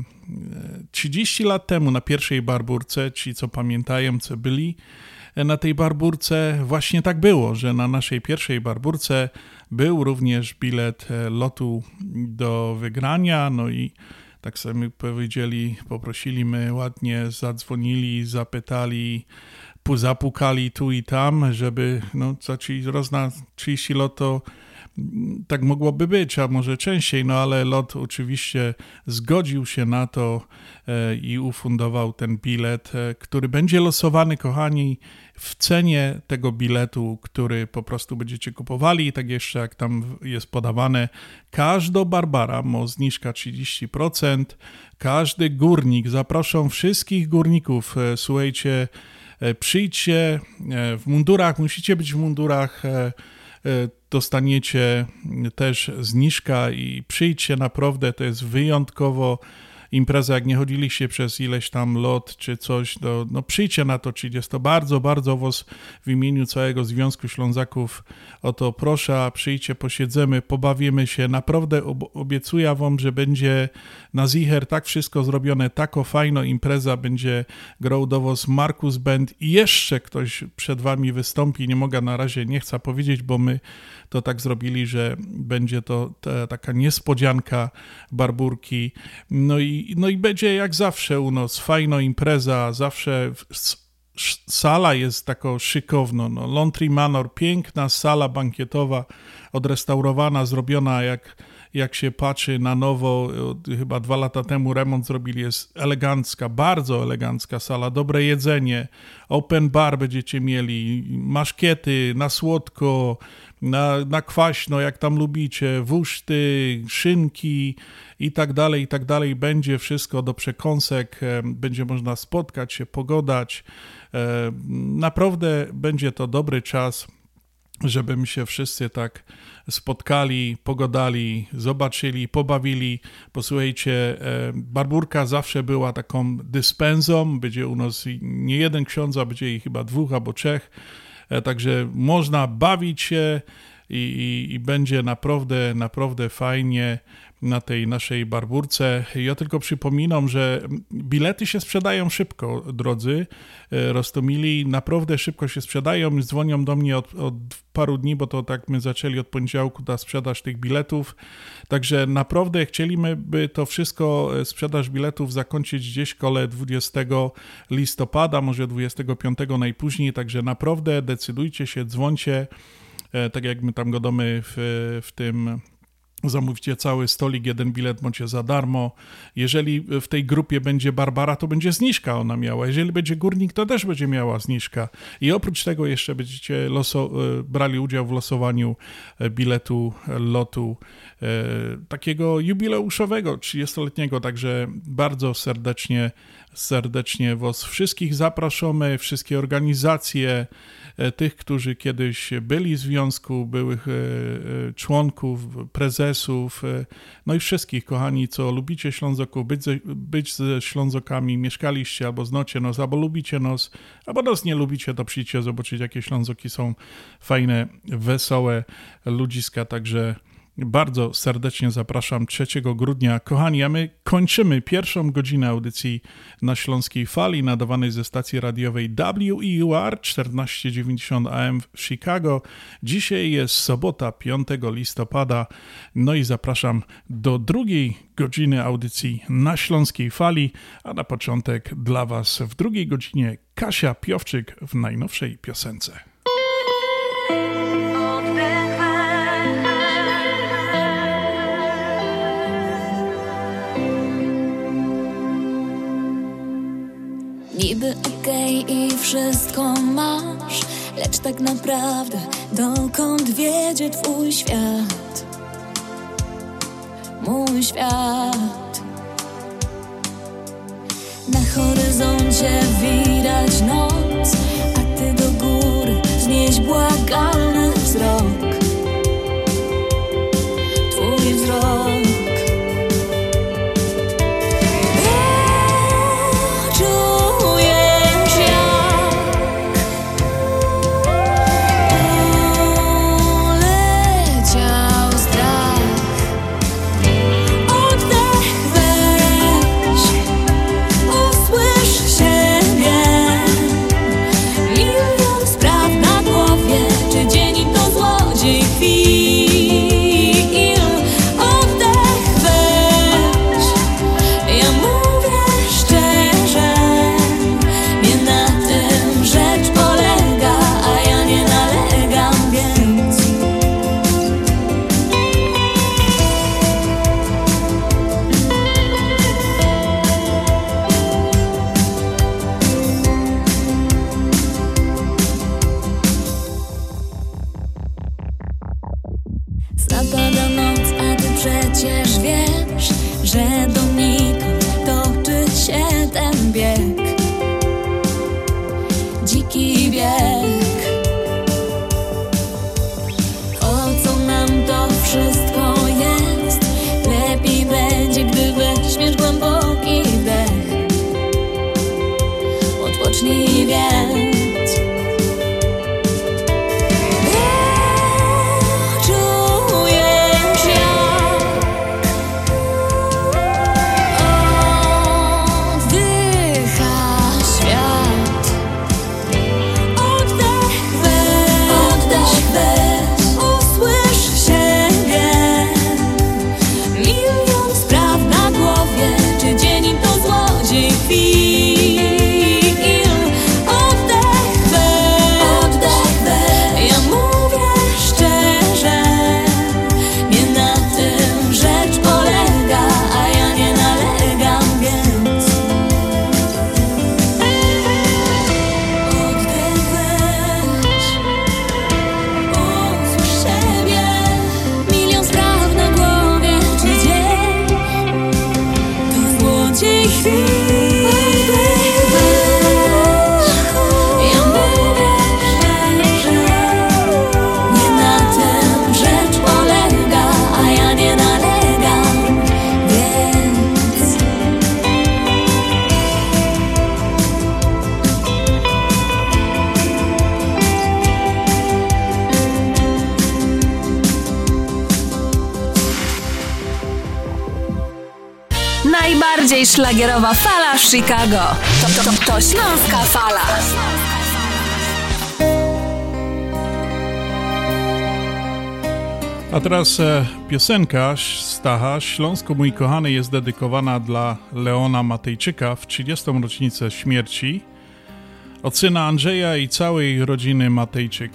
30 lat temu na pierwszej Barburce, ci co pamiętają, co byli na tej Barburce, właśnie tak było, że na naszej pierwszej Barburce był również bilet lotu do wygrania, no i tak sobie powiedzieli, poprosili my ładnie, zadzwonili, zapytali, zapukali tu i tam, żeby raz na 30 lat to tak mogłoby być, a może częściej, ale LOT oczywiście zgodził się na to i ufundował ten bilet, który będzie losowany, kochani, w cenie tego biletu, który po prostu będziecie kupowali. I tak jeszcze jak tam jest podawane, każda Barbara ma zniżka 30%, każdy górnik, zapraszam wszystkich górników, słuchajcie, przyjdźcie w mundurach, musicie być w mundurach, dostaniecie też zniżka i przyjdźcie, naprawdę to jest wyjątkowo impreza, jak nie chodziliście przez ileś tam lot czy coś, to no przyjdźcie na to 30. Bardzo, bardzo was w imieniu całego Związku Ślązaków o to proszę, przyjdźcie, posiedzemy, pobawimy się. Naprawdę obiecuję wam, że będzie na zicher tak wszystko zrobione, tako fajna impreza, będzie grał do was Markus Band i jeszcze ktoś przed wami wystąpi. Nie mogę na razie, nie chcę powiedzieć, bo my to tak zrobili, że będzie to taka niespodzianka Barburki. No i będzie jak zawsze u nas fajna impreza, zawsze sala jest taka szykowna. No, Laundry Manor, piękna sala bankietowa, odrestaurowana, zrobiona jak się patrzy na nowo, chyba 2 lata temu remont zrobili, jest elegancka, bardzo elegancka sala, dobre jedzenie, open bar będziecie mieli, maszkiety na słodko, na kwaśno, jak tam lubicie, wuszty, szynki i tak dalej, będzie wszystko do przekąsek, będzie można spotkać się, pogadać, naprawdę będzie to dobry czas, żebyśmy się wszyscy tak spotkali, pogadali, zobaczyli, pobawili. Posłuchajcie, Barburka zawsze była taką dyspensą, będzie u nas nie jeden ksiądz, a będzie ich chyba 2 albo 3, także można bawić się i będzie naprawdę fajnie na tej naszej Barburce. Ja tylko przypominam, że bilety się sprzedają szybko, drodzy Rostomili, naprawdę szybko się sprzedają, dzwonią do mnie od paru dni, bo to tak my zaczęli od poniedziałku ta sprzedaż tych biletów, także naprawdę chcieliby to wszystko, sprzedaż biletów zakończyć gdzieś koło 20 listopada, może 25 najpóźniej, także naprawdę decydujcie się, dzwońcie, tak jak my tam gadamy w tym, zamówcie cały stolik, 1 bilet macie za darmo. Jeżeli w tej grupie będzie Barbara, to będzie zniżka ona miała. Jeżeli będzie Górnik, to też będzie miała zniżka. I oprócz tego jeszcze będziecie brali udział w losowaniu biletu lotu takiego jubileuszowego, 30-letniego, także bardzo serdecznie was wszystkich zapraszamy, wszystkie organizacje, tych, którzy kiedyś byli w związku, byłych członków, prezesów, no i wszystkich, kochani, co lubicie Ślązoków, być ze Ślązokami, mieszkaliście, albo znacie nas, albo lubicie nas, albo nas nie lubicie, to przyjdźcie zobaczyć, jakie Ślązoki są fajne, wesołe ludziska, także bardzo serdecznie zapraszam 3 grudnia. Kochani, a my kończymy pierwszą godzinę audycji na Śląskiej Fali, nadawanej ze stacji radiowej WEUR 1490 AM w Chicago. Dzisiaj jest sobota, 5 listopada, no i zapraszam do 2 godziny audycji na Śląskiej Fali, a na początek dla was w 2 godzinie Kasia Piowczyk w najnowszej piosence. Niby okej i wszystko masz, lecz tak naprawdę dokąd wiedzie twój świat? Mój świat. Na horyzoncie widać noc, a ty do góry znieś błagalny wzrok. Twój wzrok. Czy trzeciej chwili. Ja mówię szczerze, nie na tym rzecz polega, a ja nie nalegam, więc Najbardziej szlagierowa fala w Chicago. To Śląska Fala. A teraz piosenka Stacha Śląsko mój kochany jest dedykowana dla Leona Matejczyka w 30. rocznicę śmierci od syna Andrzeja i całej rodziny Matejczyk.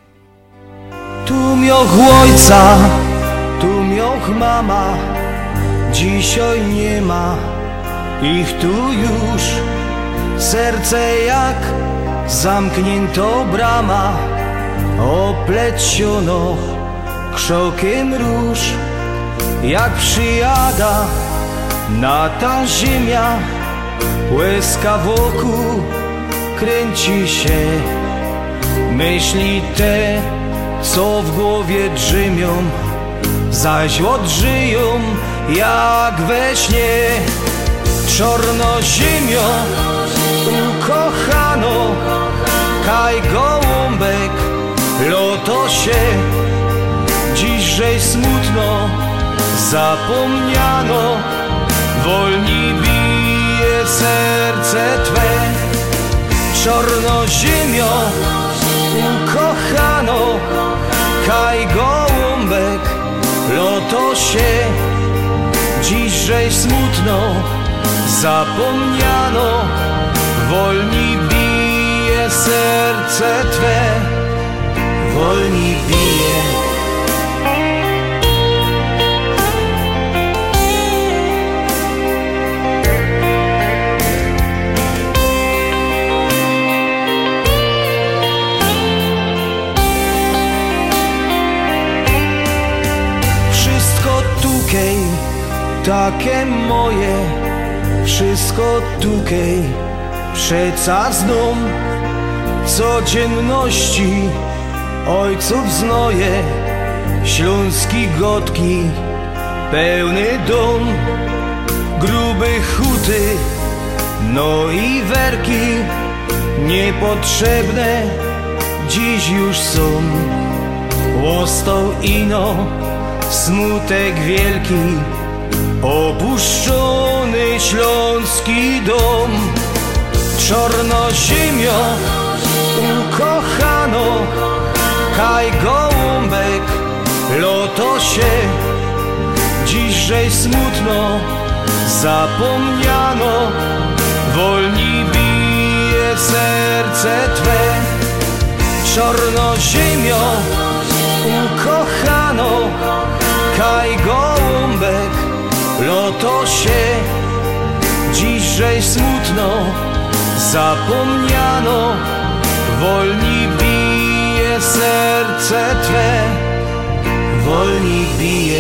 Tu mioch ojca, tu mioch mama, dzisiaj nie ma ich tu już. Serce jak zamknięto brama, opleciono krzokiem róż. Jak przyjada na ta ziemia, łezka wokół kręci się. Myśli te, co w głowie drzemią, zaś odżyją jak we śnie. Czorno ziemio ukochano, kaj gołąbek lotosie. Dziśżej smutno zapomniano, wolni bije serce Twe. Czorno ziemio ukochano, kaj gołąbek lotosie. Dziśżej smutno zapomniano, wolni bije serce Twe, wolni bije. Wszystko tukej, takie moje, wszystko tukej, przeca znów codzienności ojców znoje. Śląski gotki, pełny dom, grube huty, no i werki, niepotrzebne dziś już są. Łostą ino, smutek wielki, opuszczony śląski dom. Czorno ziemio ukochano, kaj gołąbek lotosie. Dziśżej smutno zapomniano, wolni bije serce Twe. Czorno ziemio ukochano, kaj gołąbek lotosie. Dziśżej smutno zapomniano, wolni bije serce Twe, wolni bije.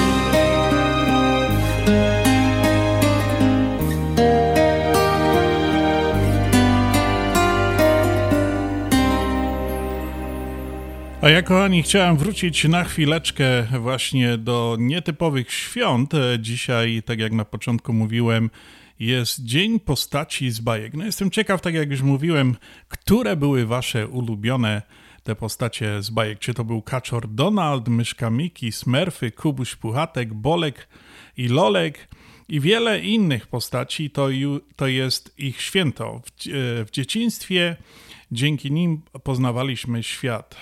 A ja, kochani, chciałem wrócić na chwileczkę właśnie do nietypowych świąt. Dzisiaj, tak jak na początku mówiłem, jest Dzień Postaci z bajek. No jestem ciekaw, tak jak już mówiłem, które były wasze ulubione te postacie z bajek. Czy to był Kaczor Donald, Myszka Miki, Smurfy, Kubuś Puchatek, Bolek i Lolek i wiele innych postaci. To jest ich święto. W dzieciństwie dzięki nim poznawaliśmy świat.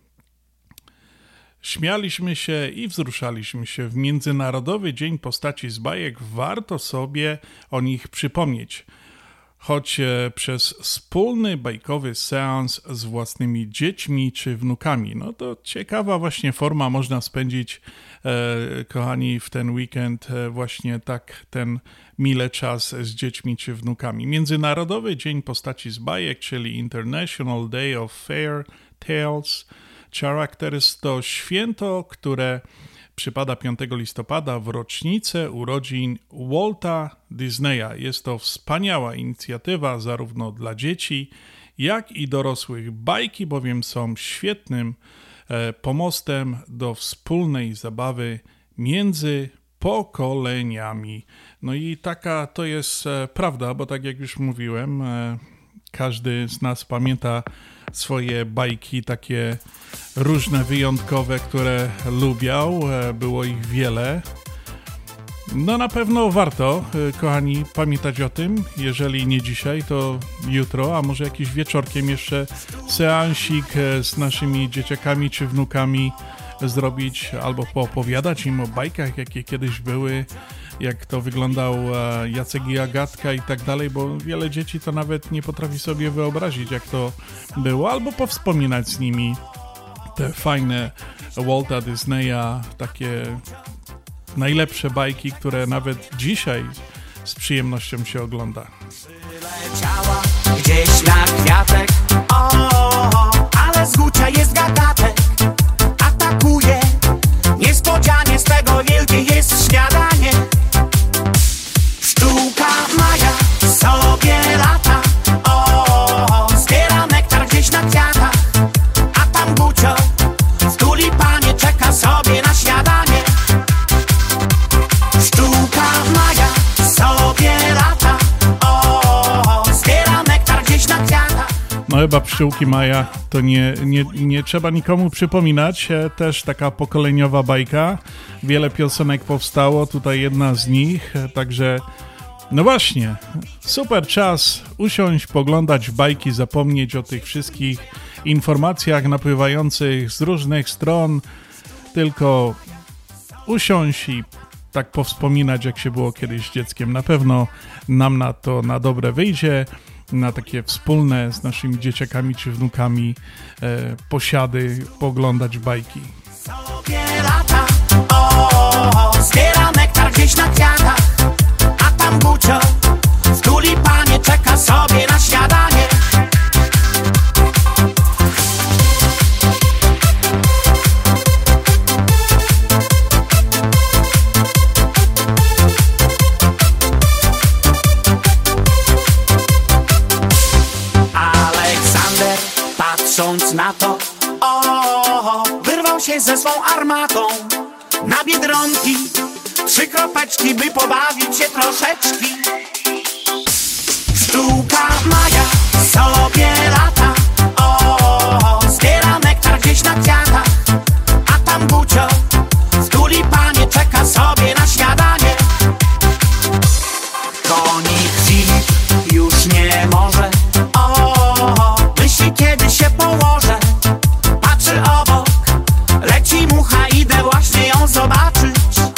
Śmialiśmy się i wzruszaliśmy się. W Międzynarodowy Dzień Postaci z bajek warto sobie o nich przypomnieć. Choć przez wspólny bajkowy seans z własnymi dziećmi czy wnukami. No to ciekawa właśnie forma, można spędzić, kochani, w ten weekend właśnie tak ten mile czas z dziećmi czy wnukami. Międzynarodowy Dzień Postaci z bajek, czyli International Day of Fairy Tales Characters, to święto, które przypada 5 listopada w rocznicę urodzin Walta Disneya. Jest to wspaniała inicjatywa zarówno dla dzieci, jak i dorosłych. Bajki bowiem są świetnym pomostem do wspólnej zabawy między pokoleniami. No i taka to jest prawda, bo tak jak już mówiłem, każdy z nas pamięta swoje bajki, takie różne, wyjątkowe, które lubiał. Było ich wiele. No na pewno warto, kochani, pamiętać o tym. Jeżeli nie dzisiaj, to jutro, a może jakiś wieczorkiem jeszcze seansik z naszymi dzieciakami czy wnukami zrobić, albo poopowiadać im o bajkach, jakie kiedyś były, jak to wyglądał Jacek i Agatka i tak dalej, bo wiele dzieci to nawet nie potrafi sobie wyobrazić, jak to było, albo powspominać z nimi te fajne Walta Disneya, takie najlepsze bajki, które nawet dzisiaj z przyjemnością się ogląda. Przyleciała gdzieś na kwiatek, ale z gucia jest gagatek. Atakuje, niespodzianie z tego wielkie jest śniadanie. Pszczółka Maja sobie lata, zbiera nektar gdzieś na kwiatach. A tam gucio w tulipanie czeka sobie na śniadanie. Pszczółka Maja sobie lata, zbiera nektar gdzieś na kwiatach. No chyba Pszczółki Maja to nie trzeba nikomu przypominać, też taka pokoleniowa bajka, wiele piosenek powstało, tutaj jedna z nich, także no właśnie, super czas usiąść, poglądać bajki, zapomnieć o tych wszystkich informacjach napływających z różnych stron, tylko usiąść i tak powspominać, jak się było kiedyś dzieckiem. Na pewno nam na dobre wyjdzie, na takie wspólne z naszymi dzieciakami czy wnukami posiady, pooglądać bajki. Sobie lata, zbiera nektar gdzieś na kwiatach. A tam gucio w tulipanie czeka sobie na śniadanie. Aleksander, patrząc na to, wyrwał się ze swą armatą na Biedronki. 3 kropeczki, by pobawić się troszeczki. Pszczółka Maja sobie lata, zbiera nektar gdzieś na kwiatach. A tam gucio w tulipanie czeka sobie na śniadanie. Konik Filip już nie może, myśli kiedy się położę. Patrzy obok, leci mucha, idę właśnie ją zobaczyć.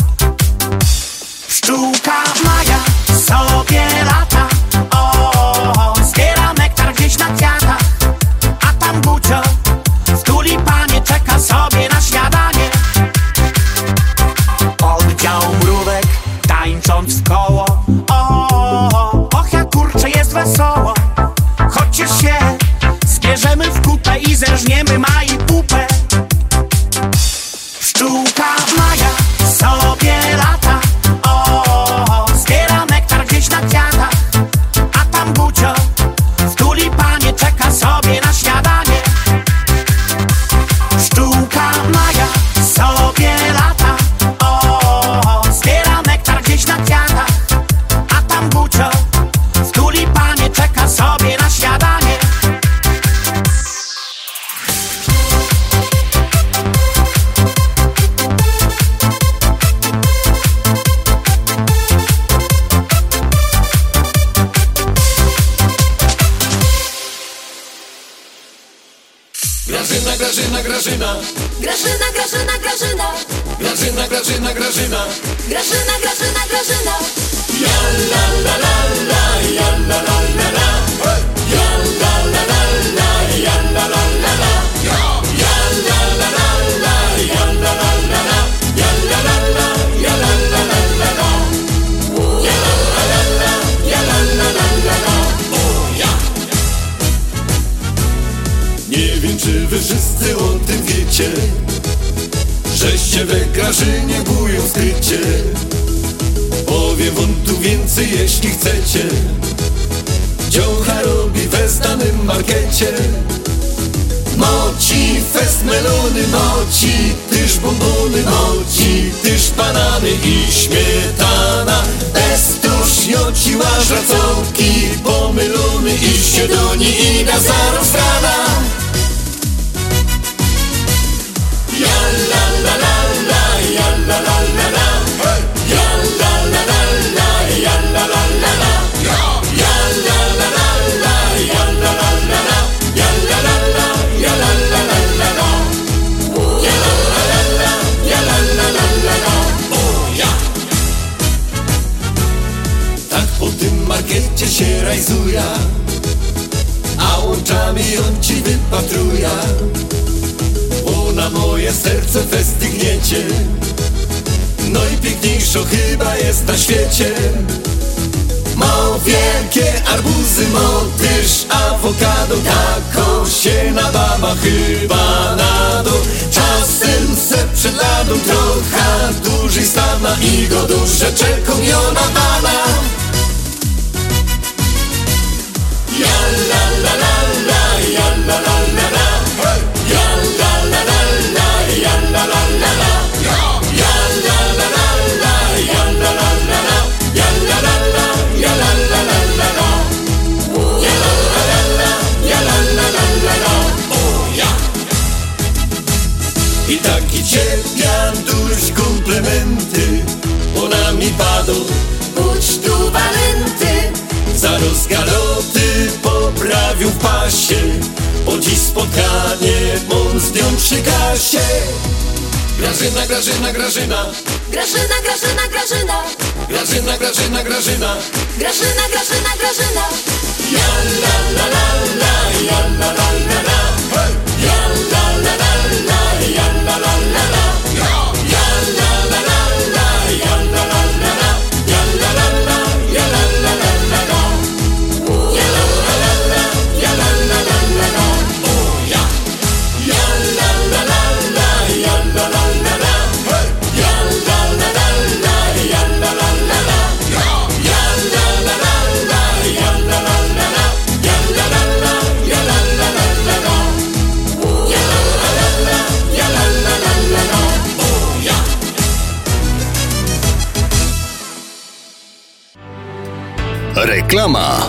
Pszczółka Maja sobie lata, zbiera nektar gdzieś na kwiatach. A tam gucio w tulipanie czeka sobie na śniadanie. Oddział mrówek tańcząc w koło, och jak kurczę jest wesoło. Chociaż się zbierzemy w kupę i zerżniemy Mai pupę. Pszczółka Maja sobie lata, zbiera nektar gdzieś na kwiatach. A tam gucio w tulipanie czeka sobie na śniadanie. Pszczółka Maja sobie lata, zbiera nektar gdzieś na kwiatach. A tam gucio w tulipanie czeka sobie na śniadanie. Grażyna, Grażyna, Grażyna. Grażyna, Grażyna, Grażyna. Grażyna, Grażyna, Grażyna. Grażyna, Grażyna, Grażyna. Ja la la la la, ja la la la la. Ja la la la la, ja la la la la. Ja la la la la, ja la la la la. Ja la la la, ja la la la la. Ja la la la la, ja la la la la. Ja. Nie wiem, czy wy wszyscy o tym wiecie, żeście wygrali Grażynie bują skrycie. Powiem wam tu więcej, jeśli chcecie. Dziołcha robi we znanym markecie. Moci fest melony, moci tyż bombony, moci tyż banany i śmietana. Estuż joci łażracołki pomylony i się do niej ida zaraz rana. Ja la la la la, ja la la la la, ja la la la la, ja la la la la, ja la la la la, ja la la la la, ja la la la, ja la la la la la, ja la la la la, ja la la la la la, o ja. Tak po tym markecie się rajzuje, a oczami on ci wypatruje. Na moje serce festy gniecie. Najpiękniejszo chyba jest na świecie. Ma wielkie arbuzy, ma też awokado. Tako się nababa chyba na dół. Czasem se przed ladą trochę dłużej stana i go duże czekam ją na pana. Ja la la la la, ja la la la la, ja la la la la, ja la la la la, ja la la la la, ja la la la la, ja la la la, ja la la la la la, ja la la la la, ja la la la la la, o ja. I taki cierpiam duś komplementy, ona mi padł, budź tu walenty. Za rozgaloty poprawił w pasie, bo dziś spotkanie on z nią przy kasie. Grażyna, Grażyna, Grażyna, Grażyna, Grażyna, Grażyna, Grażyna, Grażyna, Grażyna, Grażyna, Grażyna, Grażyna. Ja la la la la, ja la la la la, ja la la la la, ja la la la la, ja la la la la, ja la la la la, ja la la la, ja la la la la la, ja la la la la, ja la la la la la, o ja. Ja la la la la, ja la la la la, ja la la la la, ja la la la la, ja la la la la, ja la la la la, ja la la la, ja la la la la la, ja la la la la, ja la la la la la, o ja. Reklama.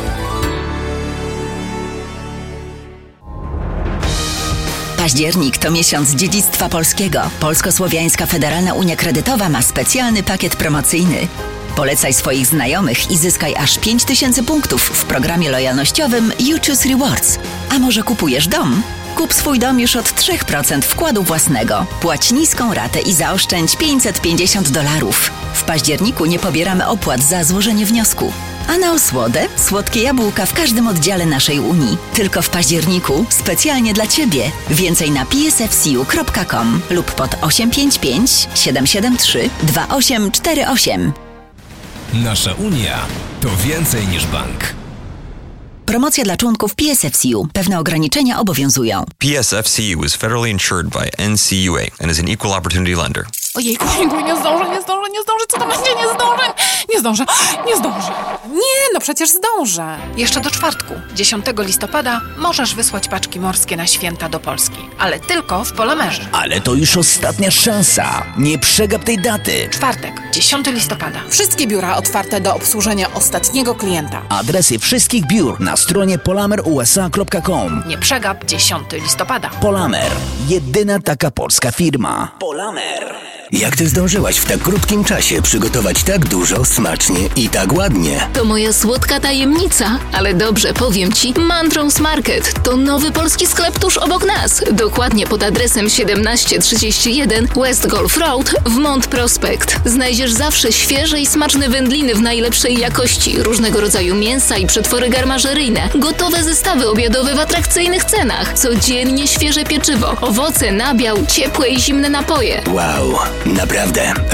Październik to miesiąc dziedzictwa polskiego. Polsko-Słowiańska Federalna Unia Kredytowa ma specjalny pakiet promocyjny. Polecaj swoich znajomych i zyskaj aż 5000 punktów w programie lojalnościowym You Choose Rewards. A może kupujesz dom? Kup swój dom już od 3% wkładu własnego. Płać niską ratę i zaoszczędź $550. W październiku nie pobieramy opłat za złożenie wniosku. A na osłodę słodkie jabłka w każdym oddziale naszej Unii. Tylko w październiku specjalnie dla Ciebie. Więcej na psfcu.com lub pod 855 773 2848. Nasza Unia to więcej niż bank. Promocja dla członków PSFCU. Pewne ograniczenia obowiązują. PSFCU is federally insured by NCUA and is an equal opportunity lender. Ojejku, nie zdążę, co to będzie, nie zdążę. Nie, no przecież zdążę. Jeszcze do czwartku, 10 listopada, możesz wysłać paczki morskie na święta do Polski. Ale tylko w Polamerze. Ale to już ostatnia szansa. Nie przegap tej daty. Czwartek, 10 listopada. Wszystkie biura otwarte do obsłużenia ostatniego klienta. Adresy wszystkich biur na stronie polamerusa.com. Nie przegap 10 listopada. Polamer. Jedyna taka polska firma. Polamer. Jak ty zdążyłaś w tak krótkim czasie przygotować tak dużo, smacznie i tak ładnie? To moja słodka tajemnica, ale dobrze, powiem ci. Mantrons Market to nowy polski sklep tuż obok nas. Dokładnie pod adresem 1731 West Golf Road w Mont Prospect. Znajdziesz zawsze świeże i smaczne wędliny w najlepszej jakości, różnego rodzaju mięsa i przetwory garmażeryjne, gotowe zestawy obiadowe w atrakcyjnych cenach, codziennie świeże pieczywo, owoce, nabiał, ciepłe i zimne napoje. Wow, naprawdę, robi wrażenie.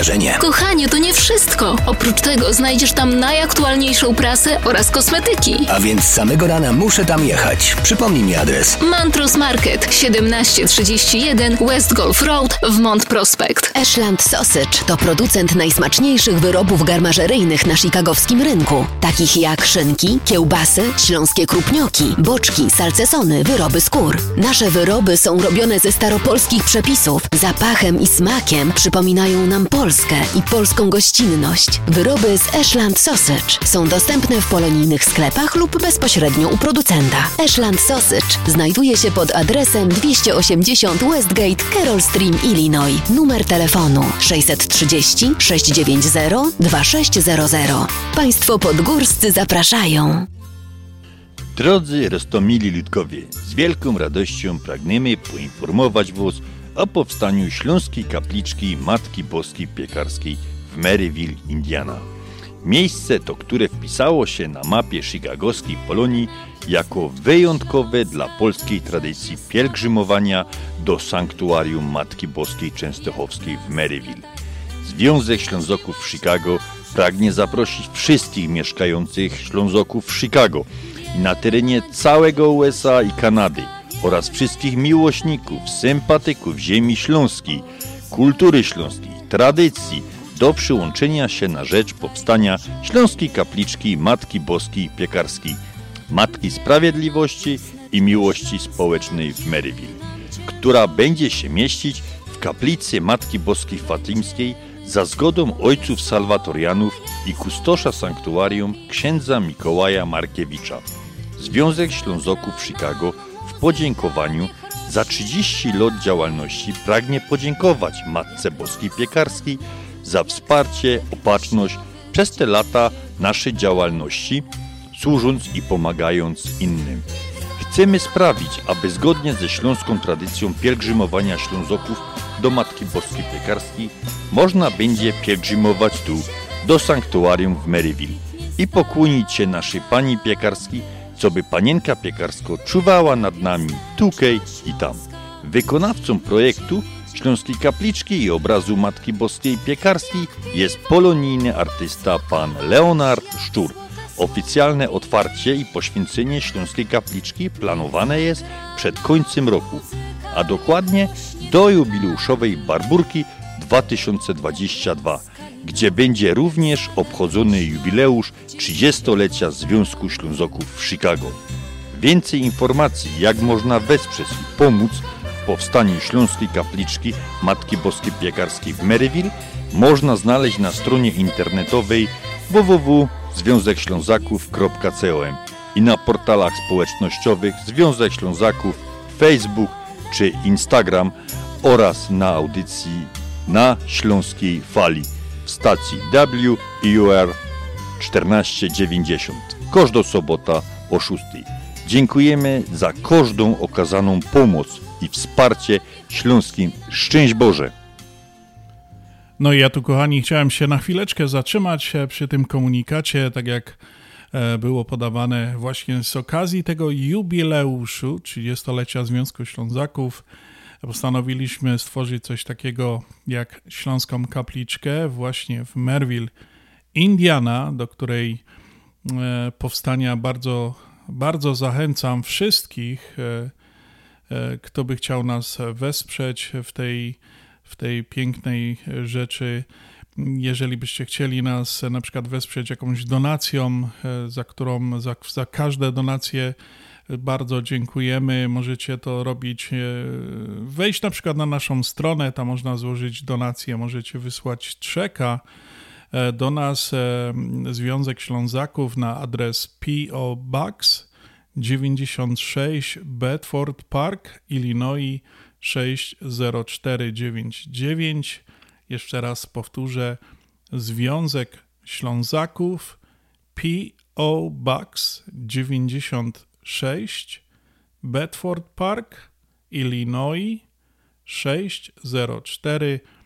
wydarzenie. Kochanie, to nie wszystko. Oprócz tego znajdziesz tam najaktualniejszą prasę oraz kosmetyki. A więc z samego rana muszę tam jechać. Przypomnij mi adres. Mantros Market 1731 West Golf Road w Mont Prospect. Ashland Sausage to producent najsmaczniejszych wyrobów garmażeryjnych na chicagowskim rynku, takich jak szynki, kiełbasy, śląskie krupnioki, boczki, salcesony, wyroby skór. Nasze wyroby są robione ze staropolskich przepisów. Zapachem i smakiem przypominają nam Polskę i polską gościnność. Wyroby z Ashland Sausage są dostępne w polonijnych sklepach lub bezpośrednio u producenta. Ashland Sausage znajduje się pod adresem 280 Westgate, Carroll Stream, Illinois. Numer telefonu 630 690 2600. Państwo podgórscy zapraszają. Drodzy Rostomili ludkowie, z wielką radością pragniemy poinformować Was o powstaniu Śląskiej Kapliczki Matki Boskiej Piekarskiej w Maryville, Indiana. Miejsce to, które wpisało się na mapie chicagowskiej Polonii jako wyjątkowe dla polskiej tradycji pielgrzymowania do sanktuarium Matki Boskiej Częstochowskiej w Maryville. Związek Ślązoków w Chicago pragnie zaprosić wszystkich mieszkających Ślązoków w Chicago i na terenie całego USA i Kanady oraz wszystkich miłośników, sympatyków ziemi śląskiej, kultury śląskiej, tradycji do przyłączenia się na rzecz powstania Śląskiej Kapliczki Matki Boskiej Piekarskiej, Matki Sprawiedliwości i Miłości Społecznej w Maryville, która będzie się mieścić w kaplicy Matki Boskiej Fatimskiej za zgodą ojców salwatorianów i kustosza sanktuarium księdza Mikołaja Markiewicza. Związek Ślązoków w Chicago w podziękowaniu za 30 lat działalności pragnie podziękować Matce Boskiej Piekarskiej za wsparcie, opatrzność przez te lata naszej działalności, służąc i pomagając innym. Chcemy sprawić, aby zgodnie ze śląską tradycją pielgrzymowania Ślązoków do Matki Boskiej Piekarskiej można będzie pielgrzymować tu, do sanktuarium w Maryville i pokłonić się naszej Pani Piekarskiej, co by Panienka Piekarsko czuwała nad nami tukej i tam. Wykonawcą projektu Śląskiej Kapliczki i obrazu Matki Boskiej Piekarskiej jest polonijny artysta pan Leonard Szczur. Oficjalne otwarcie i poświęcenie Śląskiej Kapliczki planowane jest przed końcem roku, a dokładnie do jubileuszowej Barburki 2022, gdzie będzie również obchodzony jubileusz 30-lecia Związku Ślązoków w Chicago. Więcej informacji, jak można wesprzeć i pomóc w powstaniu Śląskiej Kapliczki Matki Boskiej Piekarskiej w Maryville, można znaleźć na stronie internetowej www.związekślązaków.com i na portalach społecznościowych Związek Ślązaków, Facebook czy Instagram oraz na audycji na Śląskiej Fali w stacji WEUR 1490. Każda sobota o 6. Dziękujemy za każdą okazaną pomoc i wsparcie śląskim. Szczęść Boże! No i ja tu, kochani, chciałem się na chwileczkę zatrzymać przy tym komunikacie, tak jak było podawane właśnie z okazji tego jubileuszu 30-lecia Związku Ślązaków. Postanowiliśmy stworzyć coś takiego jak Śląską Kapliczkę właśnie w Maryville, Indiana, do której powstania bardzo zachęcam wszystkich, kto by chciał nas wesprzeć w tej pięknej rzeczy. Jeżeli byście chcieli nas na przykład wesprzeć jakąś donacją, za każde donacje bardzo dziękujemy. Możecie to robić, wejść na przykład na naszą stronę, tam można złożyć donację, możecie wysłać czeka do nas, Związek Ślązaków, na adres P.O. Box 96 Bedford Park, Illinois 60499. Jeszcze raz powtórzę, Związek Ślązaków, P.O. Box 96 Bedford Park, Illinois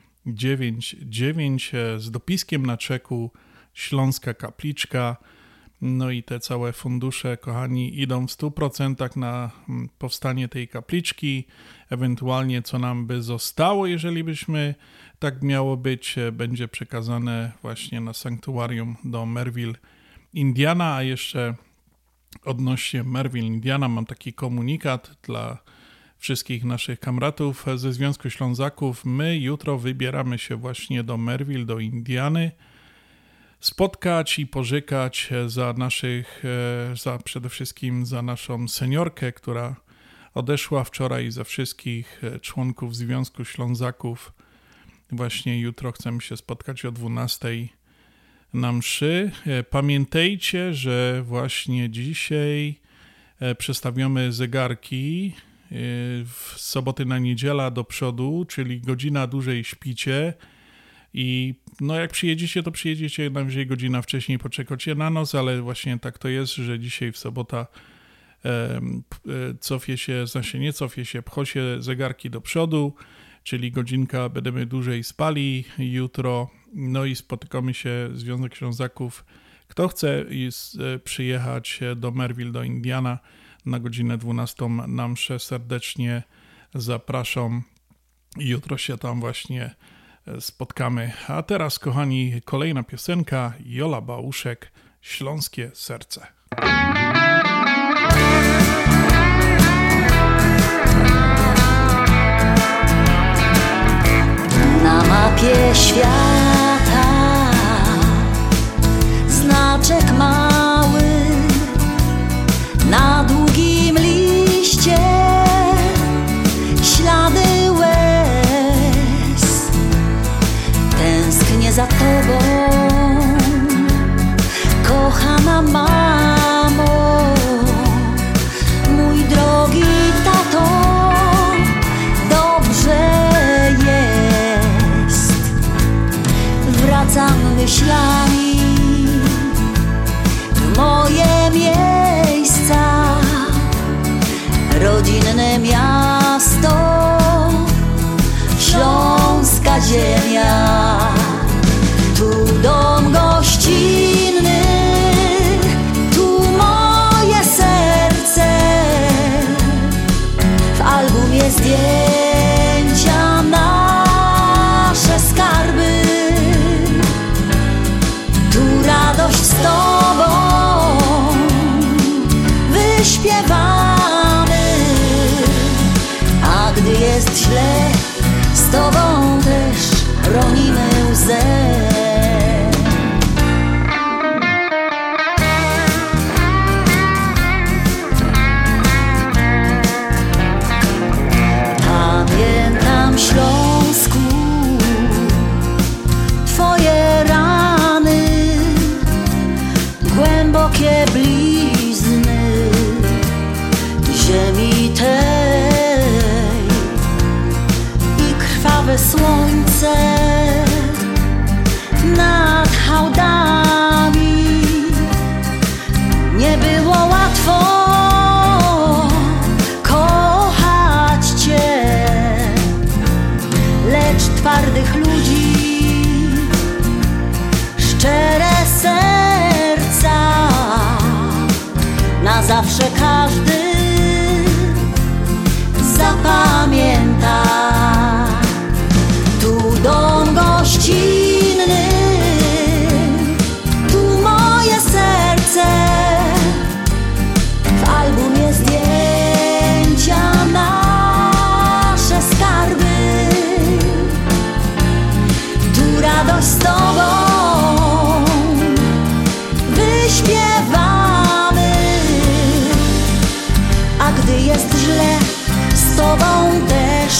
60499, z dopiskiem na czeku Śląska Kapliczka. No i te całe fundusze, kochani, idą w 100% na powstanie tej kapliczki. Ewentualnie co nam by zostało, jeżeli byśmy tak miało być, będzie przekazane właśnie na sanktuarium do Merville, Indiana. A jeszcze odnośnie Merville, Indiana mam taki komunikat dla wszystkich naszych kamratów ze Związku Ślązaków. My jutro wybieramy się właśnie do Merville, do Indiany, spotkać i pożykać przede wszystkim za naszą seniorkę, która odeszła wczoraj, za wszystkich członków Związku Ślązaków. Właśnie jutro chcemy się spotkać o 12:00 na mszy. Pamiętajcie, że właśnie dzisiaj przestawiamy zegarki w soboty na niedziela do przodu, czyli godzina dłużej śpicie i no jak przyjedziecie, to przyjedziecie najwyżej godzina wcześniej, poczekacie na noc, ale właśnie tak to jest, że dzisiaj w sobota pcho się zegarki do przodu, czyli godzinka będziemy dłużej spali jutro, no i spotykamy się Związek Ślązaków. Kto chce przyjechać do Merville, do Indiana na godzinę 12 na mszę, serdecznie zapraszam. Jutro się tam właśnie spotkamy. A teraz, kochani, kolejna piosenka, Jola Bałuszek, Śląskie Serce. Na mapie świata znaczek mały na długim liście, ślady łez. Tęsknię za tobą, kochana mamo, mój drogi tato, dobrze jest. Wracam myślami w moje miejsca, rodzinne miasto, śląska ziemia. Tu dom gościnny, tu moje serce, w albumie zdjęcia nasze skarby. Tu radość z tobą wyśpiewamy, a gdy jest źle, z tobą też ronimy łzę. Pamiętam, Śląsku, twoje rany, głębokie blizny ziemi tej i krwawe słońce nad hałdami. Nie było łatwo kochać cię, lecz twardych ludzi, szczere serca, na zawsze każdy zapamięta. Tu dom gościnny, tu moje serce, w albumie zdjęcia nasze skarby. Tu radość z tobą wyśpiewamy, a gdy jest źle, z tobą też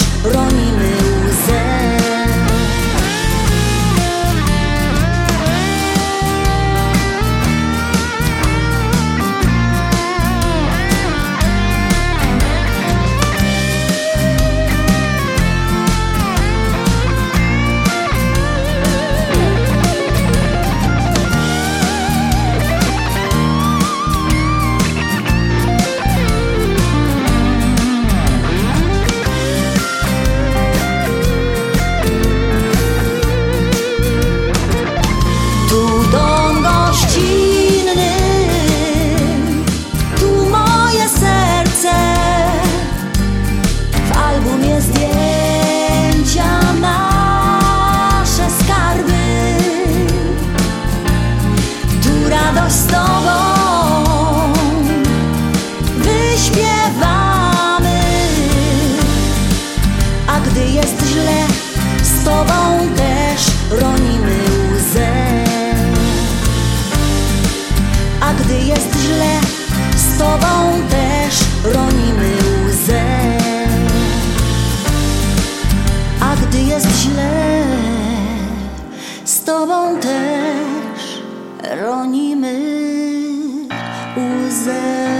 gdy jest źle, z tobą też ronimy łzę. A gdy jest źle, z tobą też ronimy łzę.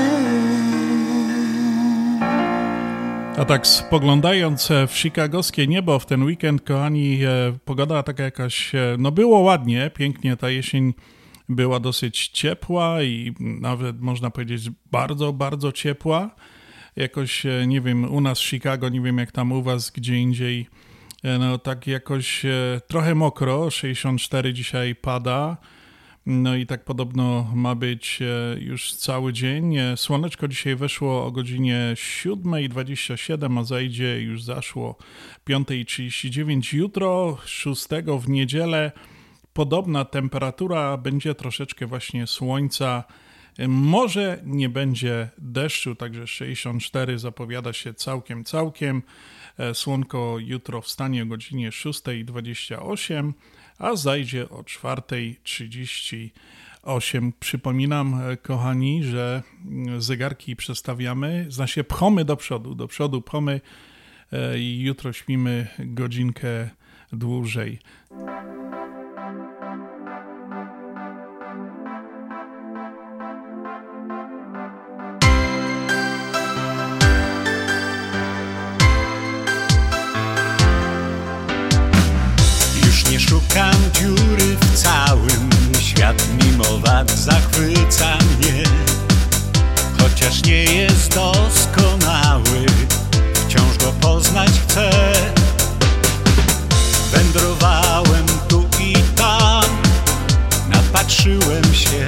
A tak spoglądając w chicagowskie niebo w ten weekend, kochani, pogoda taka jakaś, no było ładnie, pięknie, ta jesień była dosyć ciepła i nawet można powiedzieć bardzo, bardzo ciepła. Jakoś, nie wiem, u nas w Chicago, nie wiem jak tam u was, gdzie indziej, no tak jakoś trochę mokro, 64 dzisiaj pada. No i tak podobno ma być już cały dzień. Słoneczko dzisiaj weszło o godzinie 7:27, a zajdzie już zaszło 5:39. Jutro, 6 w niedzielę, podobna temperatura, będzie troszeczkę właśnie słońca. Może nie będzie deszczu, także 64 zapowiada się całkiem. Słonko jutro wstanie o godzinie 6:28, a zajdzie o 4:38. Przypominam, kochani, że zegarki przestawiamy, znaczy pchamy do przodu pchamy i jutro śpimy godzinkę dłużej. Nie szukam dziury w całym, świat mimo wad zachwyca mnie. Chociaż nie jest doskonały, wciąż go poznać chcę. Wędrowałem tu i tam, napatrzyłem się.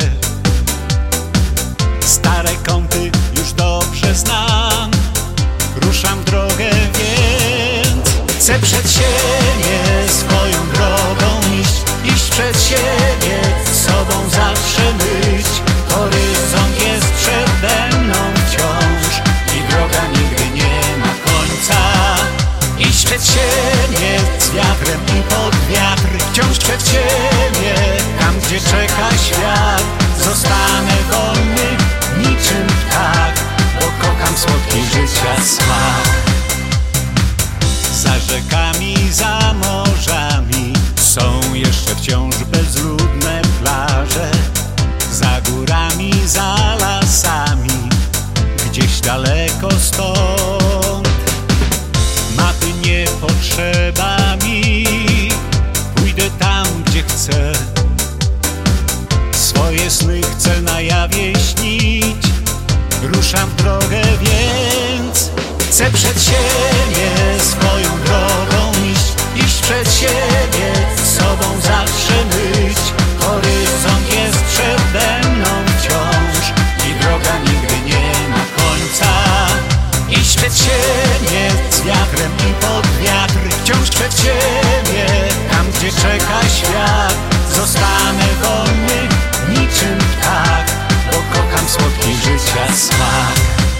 Stare kąty już dobrze znam, ruszam w drogę więc. Chcę przed siebie swoją drogą iść przed siebie, sobą zawsze być. Horyzont jest przede mną wciąż i droga nigdy nie ma końca. Iść przed siebie z wiatrem i pod wiatr, wciąż przed siebie, tam gdzie czeka świat. Zostanę wolny niczym ptak, bo kocham słodki życia smak. Za rzekami, za morzami są jeszcze wciąż bezludne plaże. Za górami, za lasami, gdzieś daleko stąd. Mapy nie potrzeba mi, pójdę tam, gdzie chcę. Swoje sny chcę na jawie śnić, ruszam w drogę więc. Chcę przed siebie swoją drogą iść przed siebie, sobą zawsze być. Horyzont jest przede mną wciąż i droga nigdy nie ma końca. Iść przed siebie z wiatrem i pod wiatr, wciąż przed siebie, tam gdzie czeka świat. Zostanę wolny niczym ptak, bo kocham słodki życia smak.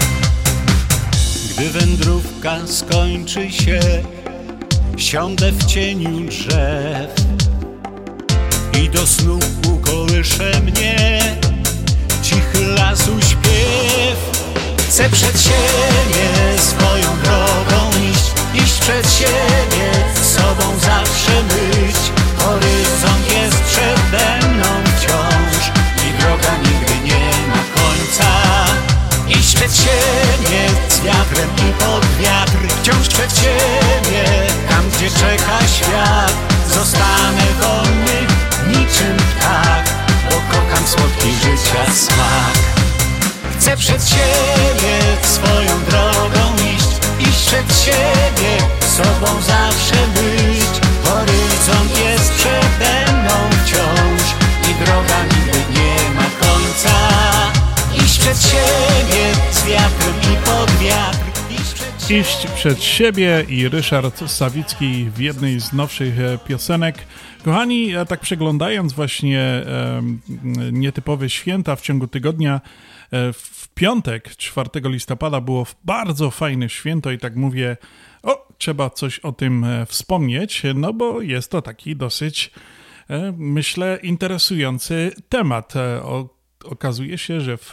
Gdy wędrówka skończy się, siądę w cieniu drzew i do snu ukołysze mnie cichy lasu śpiew. Chcę przed siebie swoją drogą iść przed siebie, sobą zawsze być. Horyzont jest przede mną wciąż i droga nigdy nie ma końca. Iść przed siebie z wiatrem i pod wiatr, wciąż przed siebie, tam gdzie czeka świat. Zostanę wolny niczym ptak, bo kocham słodki życia smak. Chcę przed siebie swoją drogą iść przed siebie, sobą zawsze być. Horyzont jest przede mną wciąż i droga nigdy nie ma końca. Iść przed siebie z wiatrem i pod wiatr. Iść przed siebie i Ryszard Sawicki w jednej z nowszych piosenek. Kochani, tak przeglądając właśnie nietypowe święta w ciągu tygodnia, w piątek 4 listopada było bardzo fajne święto i tak mówię, trzeba coś o tym wspomnieć, no bo jest to taki dosyć, myślę, interesujący temat, o okazuje się, że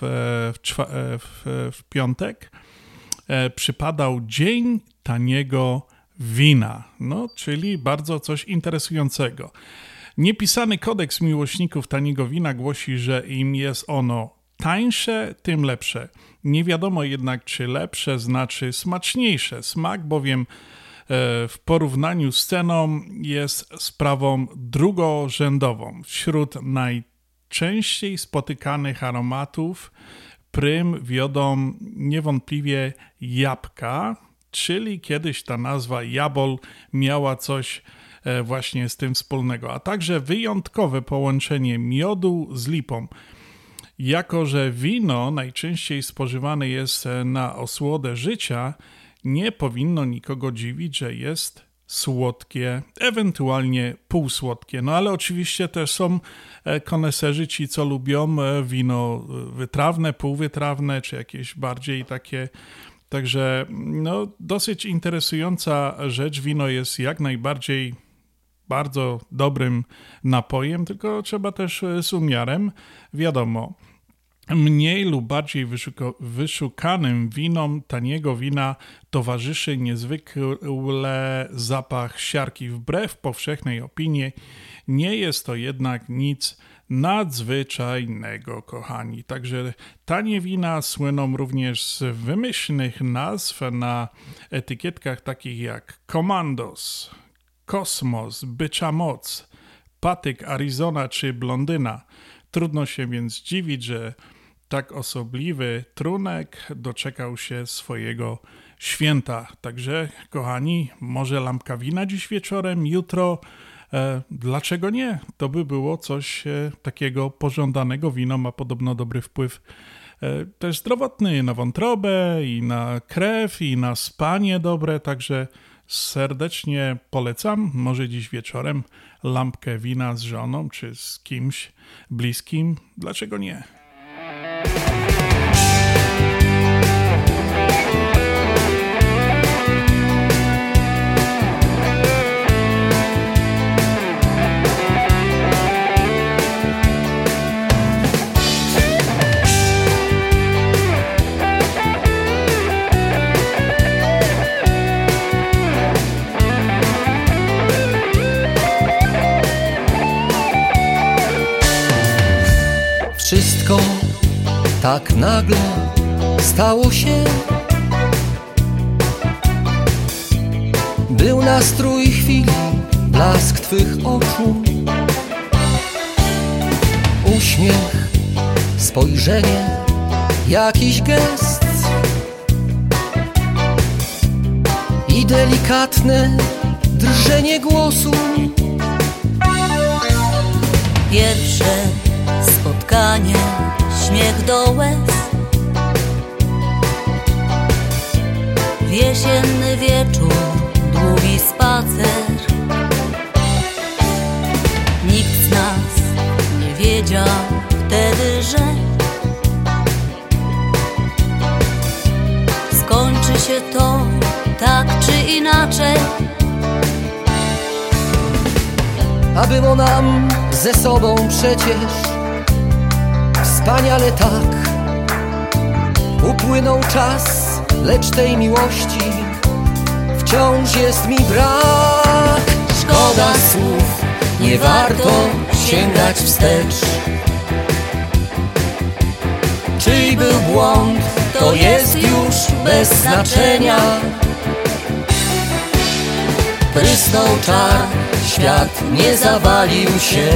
w piątek przypadał Dzień Taniego Wina, no, czyli bardzo coś interesującego. Niepisany kodeks miłośników taniego wina głosi, że im jest ono tańsze, tym lepsze. Nie wiadomo jednak, czy lepsze znaczy smaczniejsze. Smak bowiem w porównaniu z ceną jest sprawą drugorzędową. Wśród najczęściej spotykanych aromatów prym wiodą niewątpliwie jabłka, czyli kiedyś ta nazwa jabol miała coś właśnie z tym wspólnego, a także wyjątkowe połączenie miodu z lipą. Jako że wino najczęściej spożywane jest na osłodę życia, nie powinno nikogo dziwić, że jest słodkie, ewentualnie półsłodkie. No ale oczywiście też są koneserzy, ci co lubią wino wytrawne, półwytrawne, czy jakieś bardziej takie. Także no, dosyć interesująca rzecz. Wino jest jak najbardziej bardzo dobrym napojem, tylko trzeba też z umiarem. Wiadomo, mniej lub bardziej wyszukanym winom taniego wina towarzyszy niezwykle zapach siarki. Wbrew powszechnej opinii nie jest to jednak nic nadzwyczajnego, kochani. Także tanie wina słyną również z wymyślnych nazw na etykietkach takich jak Commandos, Kosmos, Bycza Moc, Patyk, Arizona czy Blondyna. Trudno się więc dziwić, że tak osobliwy trunek doczekał się swojego święta. Także, kochani, może lampka wina dziś wieczorem, jutro. Dlaczego nie? To by było coś takiego pożądanego. Wino ma podobno dobry wpływ też zdrowotny na wątrobę i na krew i na spanie dobre, także serdecznie polecam. Może dziś wieczorem lampkę wina z żoną czy z kimś bliskim. Dlaczego nie? Wszystko tak nagle stało się. Był nastrój chwili, blask twych oczu, uśmiech, spojrzenie, jakiś gest i delikatne drżenie głosu. Pierwsze spotkanie, śmiech do łez, jesienny wieczór, długi spacer. Nikt z nas nie wiedział wtedy, że skończy się to tak czy inaczej. A było nam ze sobą przecież wspaniale tak. Upłynął czas, lecz tej miłości wciąż jest mi brak. Szkoda słów, nie warto sięgać wstecz. Czyj był błąd, to jest już bez znaczenia. Prysnął czar, świat nie zawalił się.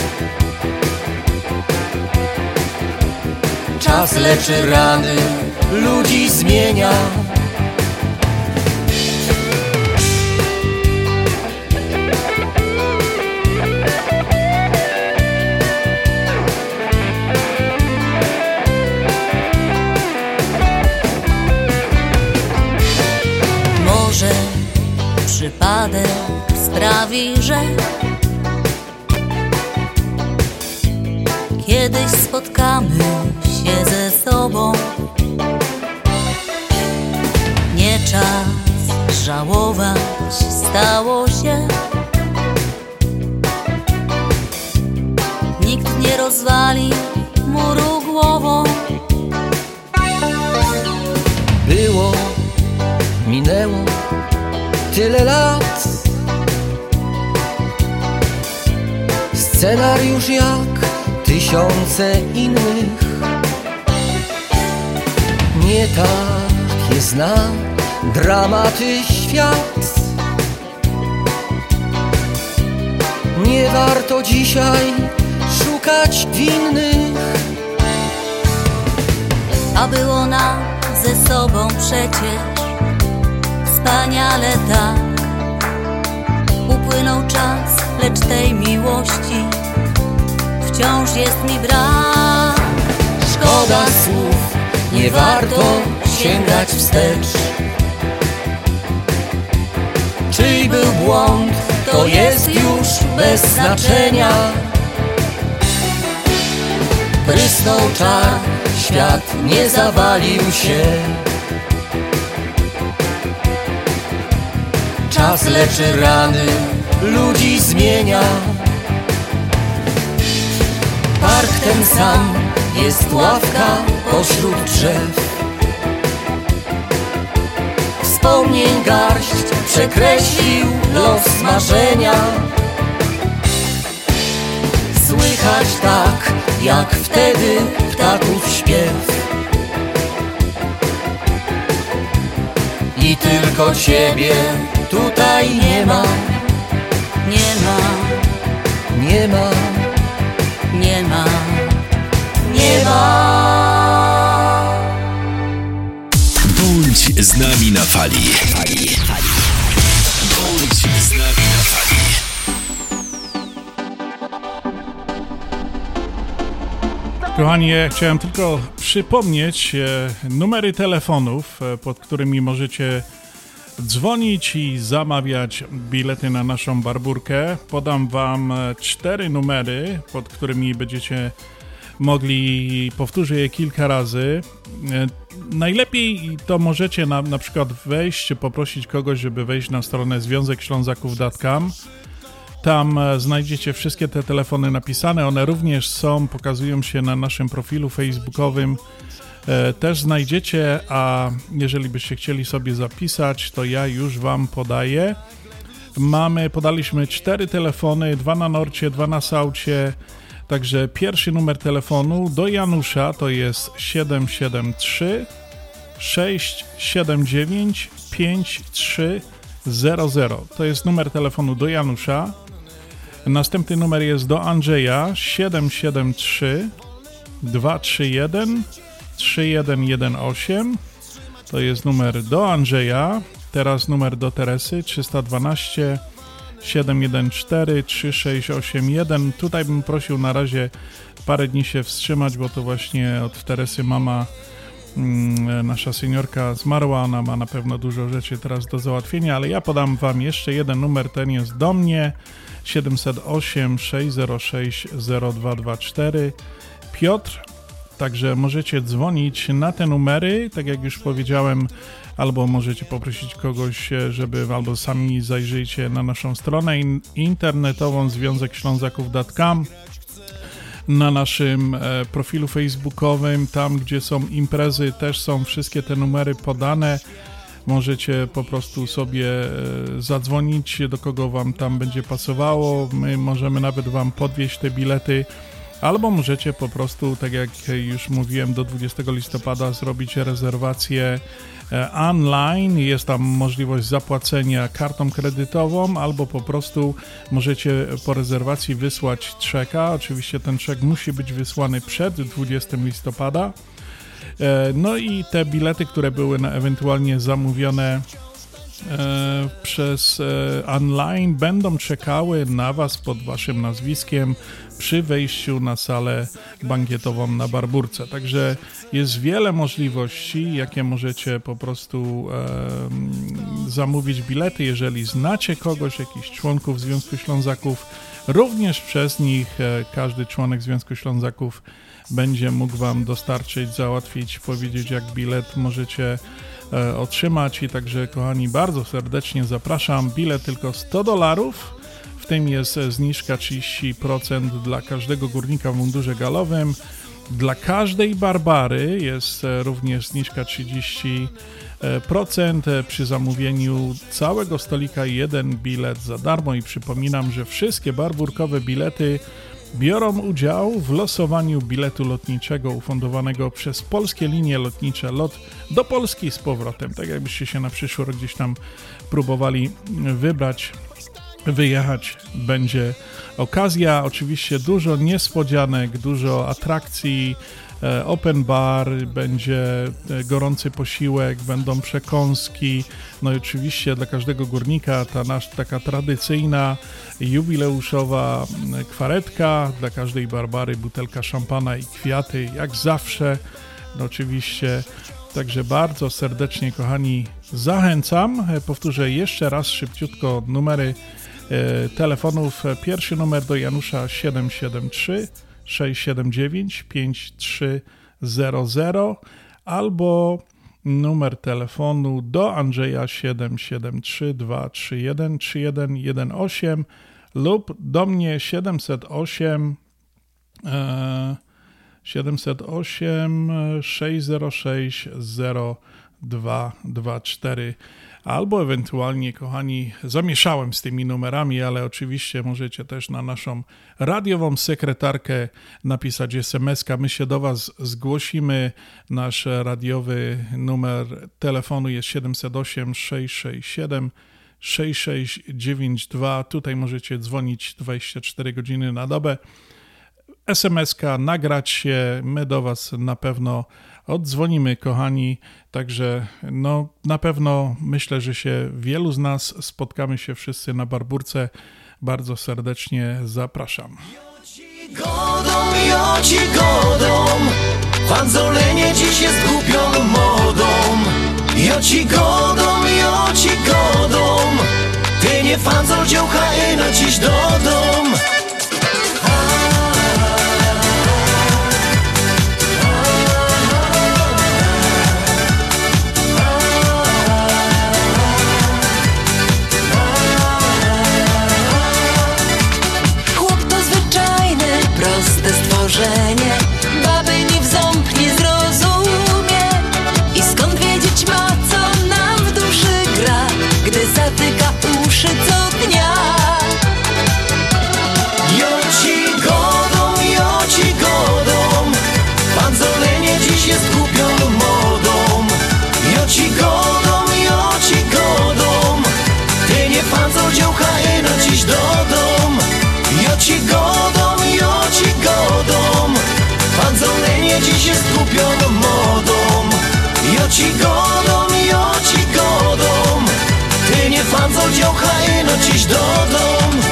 Czas leczy rany, ludzi zmienia. Może przypadek sprawi, że kiedyś spotkamy się ze sobą. Nie czas żałować, stało się. Nikt nie rozwali muru już jak tysiące innych. Nie takie zna dramaty świat. Nie warto dzisiaj szukać winnych. A było nam ze sobą przecież wspaniale tak. Upłynął czas, lecz tej miłości wciąż jest mi brak. Szkoda słów, nie warto sięgać wstecz. Czyj był błąd, to jest już bez znaczenia. Prysnął czar, świat nie zawalił się. Czas leczy rany, ludzi zmienia. Park ten sam, jest ławka pośród drzew. Wspomnień garść przekreślił los marzenia. Słychać tak, jak wtedy ptaków śpiew. I tylko ciebie tutaj nie ma. Nie ma, nie ma, nie ma, nie ma. Bądź z nami na fali. Bądź z nami na fali. Kochani, chciałem tylko przypomnieć numery telefonów, pod którymi możecie dzwonić i zamawiać bilety na naszą barburkę. Podam wam 4 numery, pod którymi będziecie mogli, powtórzę je kilka razy. Najlepiej to możecie na przykład wejść, poprosić kogoś, żeby wejść na stronę związekślązaków.com. Tam znajdziecie wszystkie te telefony napisane, one również pokazują się na naszym profilu facebookowym. Też znajdziecie, a jeżeli byście chcieli sobie zapisać, to ja już wam podaję. Podaliśmy 4 telefony, 2 na Norcie, 2 na Saucie. Także pierwszy numer telefonu do Janusza to jest 773 679 5300. To jest numer telefonu do Janusza. Następny numer jest do Andrzeja 773 231 3118. To jest numer do Andrzeja. Teraz numer do Teresy 312 714 3681. Tutaj bym prosił na razie parę dni się wstrzymać, bo to właśnie od Teresy mama, nasza seniorka, zmarła. Ona ma na pewno dużo rzeczy teraz do załatwienia, ale ja podam wam jeszcze jeden numer, ten jest do mnie 708 606 0224. Piotr. Także możecie dzwonić na te numery, tak jak już powiedziałem, albo możecie poprosić kogoś, żeby, albo sami zajrzyjcie na naszą stronę internetową związekślązaków.com, na naszym profilu facebookowym, tam gdzie są imprezy, też są wszystkie te numery podane. Możecie po prostu sobie zadzwonić, do kogo wam tam będzie pasowało. My możemy nawet wam podwieźć te bilety. Albo możecie po prostu, tak jak już mówiłem, do 20 listopada zrobić rezerwację online. Jest tam możliwość zapłacenia kartą kredytową, albo po prostu możecie po rezerwacji wysłać czeka. Oczywiście ten czek musi być wysłany przed 20 listopada. No i te bilety, które były ewentualnie zamówione przez online, będą czekały na was pod waszym nazwiskiem przy wejściu na salę bankietową na Barburce. Także jest wiele możliwości, jakie możecie po prostu zamówić bilety. Jeżeli znacie kogoś, jakichś członków Związku Ślązaków, również przez nich każdy członek Związku Ślązaków będzie mógł wam dostarczyć, załatwić, powiedzieć, jak bilet możecie otrzymać. I także, kochani, bardzo serdecznie zapraszam. Bilet tylko $100. W tym jest zniżka 30% dla każdego górnika w mundurze galowym. Dla każdej Barbary jest również zniżka 30% przy zamówieniu całego stolika, jeden bilet za darmo. I przypominam, że wszystkie barburkowe bilety biorą udział w losowaniu biletu lotniczego ufundowanego przez Polskie Linie Lotnicze lot do Polski z powrotem. Tak jakbyście się na przyszły rok gdzieś tam próbowali wyjechać, będzie okazja. Oczywiście dużo niespodzianek, dużo atrakcji, open bar, będzie gorący posiłek, będą przekąski, no i oczywiście dla każdego górnika ta taka tradycyjna, jubileuszowa kwaretka, dla każdej Barbary butelka szampana i kwiaty, jak zawsze, no oczywiście. Także bardzo serdecznie, kochani, zachęcam. Powtórzę jeszcze raz szybciutko numery telefonów. Pierwszy numer do Janusza 773 679 5300 albo numer telefonu do Andrzeja 773 231 3118 lub do mnie 708 606 0224 albo ewentualnie, kochani, zamieszałem z tymi numerami, ale oczywiście możecie też na naszą radiową sekretarkę napisać SMS-ka. My się do Was zgłosimy. Nasz radiowy numer telefonu jest 708 667 6692. Tutaj możecie dzwonić 24 godziny na dobę. SMS-ka, nagrać się, my do Was na pewno oddzwonimy, kochani, także no na pewno myślę, że się wielu z nas spotkamy się wszyscy na Barburce. Bardzo serdecznie zapraszam. Joci godom, fanzolenie dziś jest głupią modą. Joci godom, ty nie fanzol dziołcha ino dziś do dom. Proste stworzenie, baby ni w ząb nie zrozumie. I skąd wiedzieć ma, co nam w duszy gra, gdy zatyka uszy co dnia. Joci godom, fanzolenie dziś jest głupią modą. Joci godom, ty nie fanzol dziołcha ino dziś do dom. Joci godom, fanzolenie dziś jest głupią modą. Joci godom, ty nie fanzol dziołcha ino dziś do dom.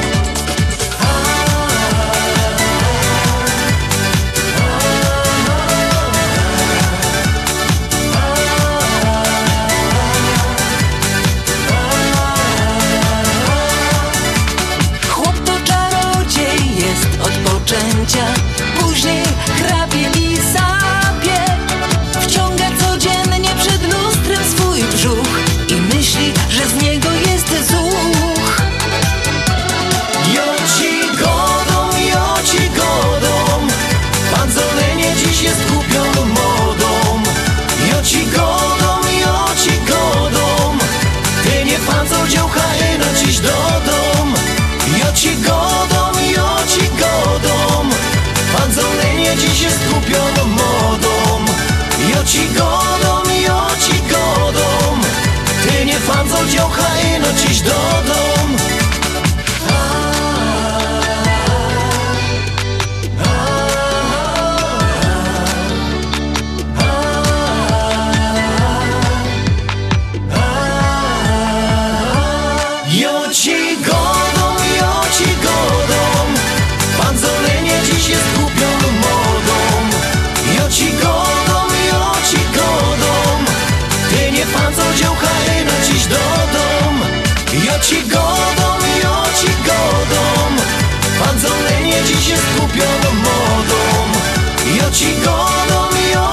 Chłop to czarodziej jest od poczęcia, później chrapie i sapie. Wciąga codziennie przed lustrem swój brzuch i myśli, że z niego jest zuch. Joci godom, fanzolenie dziś jest głupią modą. Joci godom, ty nie fanzol dziołcha ino dziś do dom. Joci godom, fanzolenie dziś jest głupią modą. Joci godom, ty nie fanzol dziołcha ino dziś do dom. Joci godom, fanzolenie dziś jest głupią modą. Joci godom, ty nie fanzol dziołcha ino dziś do dom. Joci godom, fanzolenie dziś jest głupią modą. Joci godom,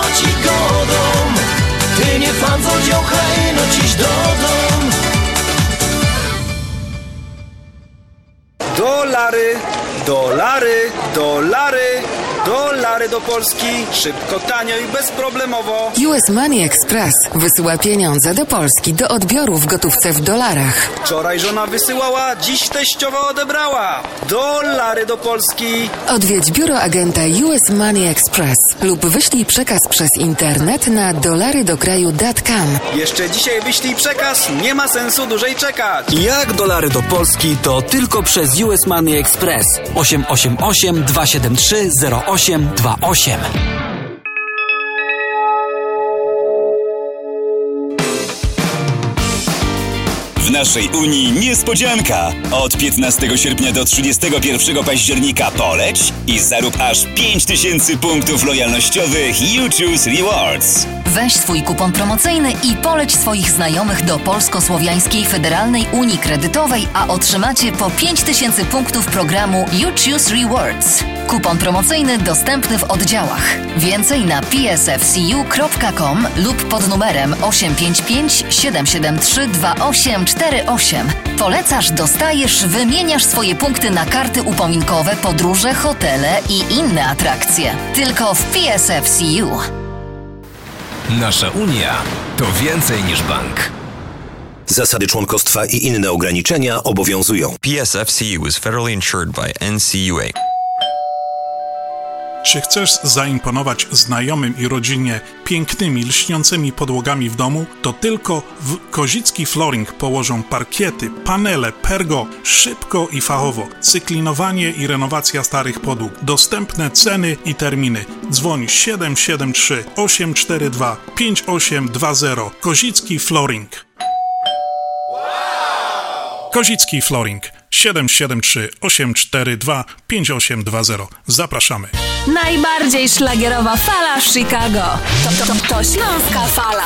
ty nie fanzol dziołcha ino dziś do dom. Dolary, dolary, dolary, dolary. dolary do Polski, szybko, tanio i bezproblemowo. US Money Express wysyła pieniądze do Polski do odbioru w gotówce w dolarach. Wczoraj żona wysyłała, dziś teściowa odebrała. Dolary do Polski. Odwiedź biuro agenta US Money Express lub wyślij przekaz przez internet na dolarydokraju.com. Jeszcze dzisiaj wyślij przekaz, nie ma sensu dłużej czekać. Jak dolary do Polski, to tylko przez US Money Express. 888 273 0828. W naszej Unii niespodzianka! Od 15 sierpnia do 31 października poleć i zarób aż 5000 punktów lojalnościowych You Choose Rewards. Weź swój kupon promocyjny i poleć swoich znajomych do Polsko-Słowiańskiej Federalnej Unii Kredytowej, a otrzymacie po 5000 punktów programu You Choose Rewards. Kupon promocyjny dostępny w oddziałach. Więcej na psfcu.com lub pod numerem 855 773 2848. Polecasz, dostajesz, wymieniasz swoje punkty na karty upominkowe, podróże, hotele i inne atrakcje. Tylko w PSFCU. Nasza Unia to więcej niż bank. Zasady członkostwa i inne ograniczenia obowiązują. PSFCU is federally insured by NCUA. Czy chcesz zaimponować znajomym i rodzinie pięknymi, lśniącymi podłogami w domu? To tylko w Kozicki Flooring położą parkiety, panele, pergo, szybko i fachowo. Cyklinowanie i renowacja starych podłóg. Dostępne ceny i terminy. Dzwoń 773 842 5820. Kozicki Flooring. Kozicki Flooring 773 842 5820. Zapraszamy. Najbardziej szlagierowa fala w Chicago. To Śląska Fala.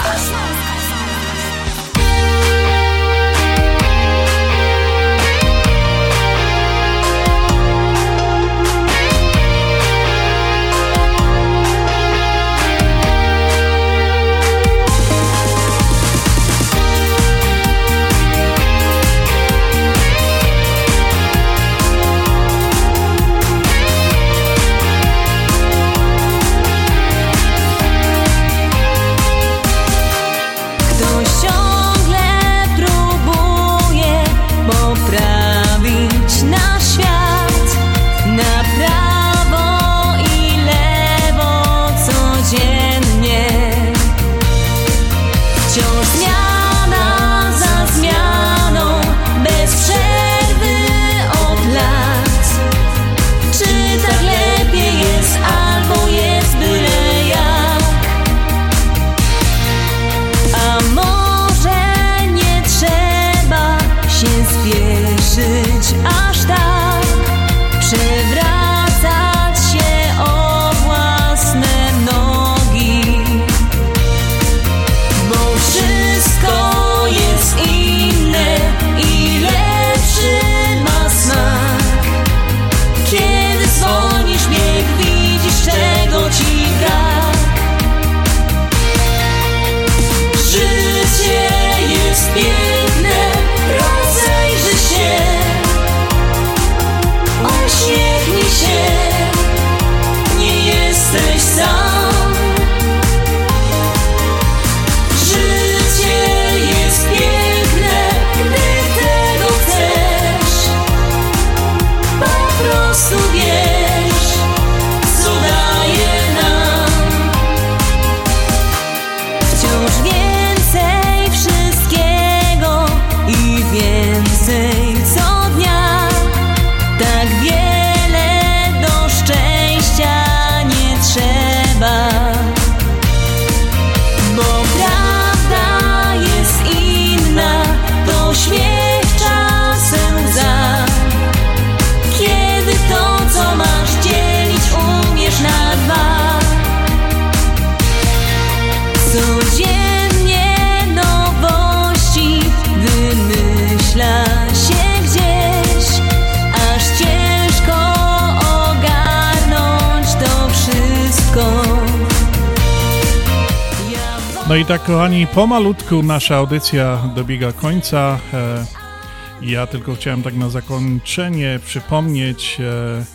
No i tak, kochani, pomalutku nasza audycja dobiega końca. Ja tylko chciałem tak na zakończenie przypomnieć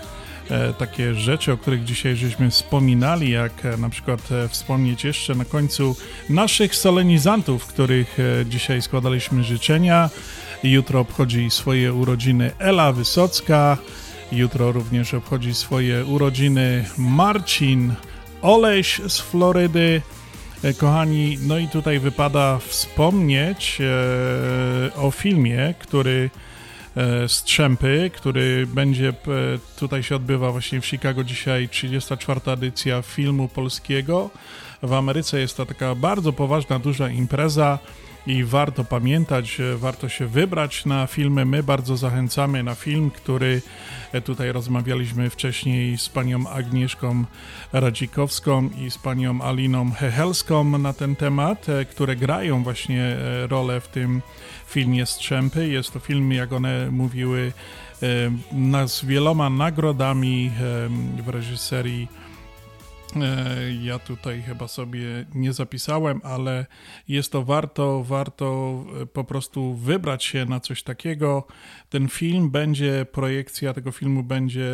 takie rzeczy, o których dzisiaj żeśmy wspominali, jak na przykład wspomnieć jeszcze na końcu naszych solenizantów, których dzisiaj składaliśmy życzenia. Jutro obchodzi swoje urodziny Ela Wysocka, jutro również obchodzi swoje urodziny Marcin Oleś z Florydy. Kochani, no i tutaj wypada wspomnieć o filmie, który Strzępy, który będzie, tutaj się odbywa właśnie w Chicago dzisiaj 34. edycja filmu polskiego. W Ameryce jest to taka bardzo poważna, duża impreza i warto pamiętać, warto się wybrać na filmy. My bardzo zachęcamy na film, który tutaj rozmawialiśmy wcześniej z panią Agnieszką Radzikowską i z panią Aliną Hehelską na ten temat, które grają właśnie rolę w tym filmie Strzępy. Jest to film, jak one mówiły, z wieloma nagrodami w reżyserii. Ja tutaj chyba sobie nie zapisałem, ale jest to warto po prostu wybrać się na coś takiego. Ten film będzie, projekcja tego filmu będzie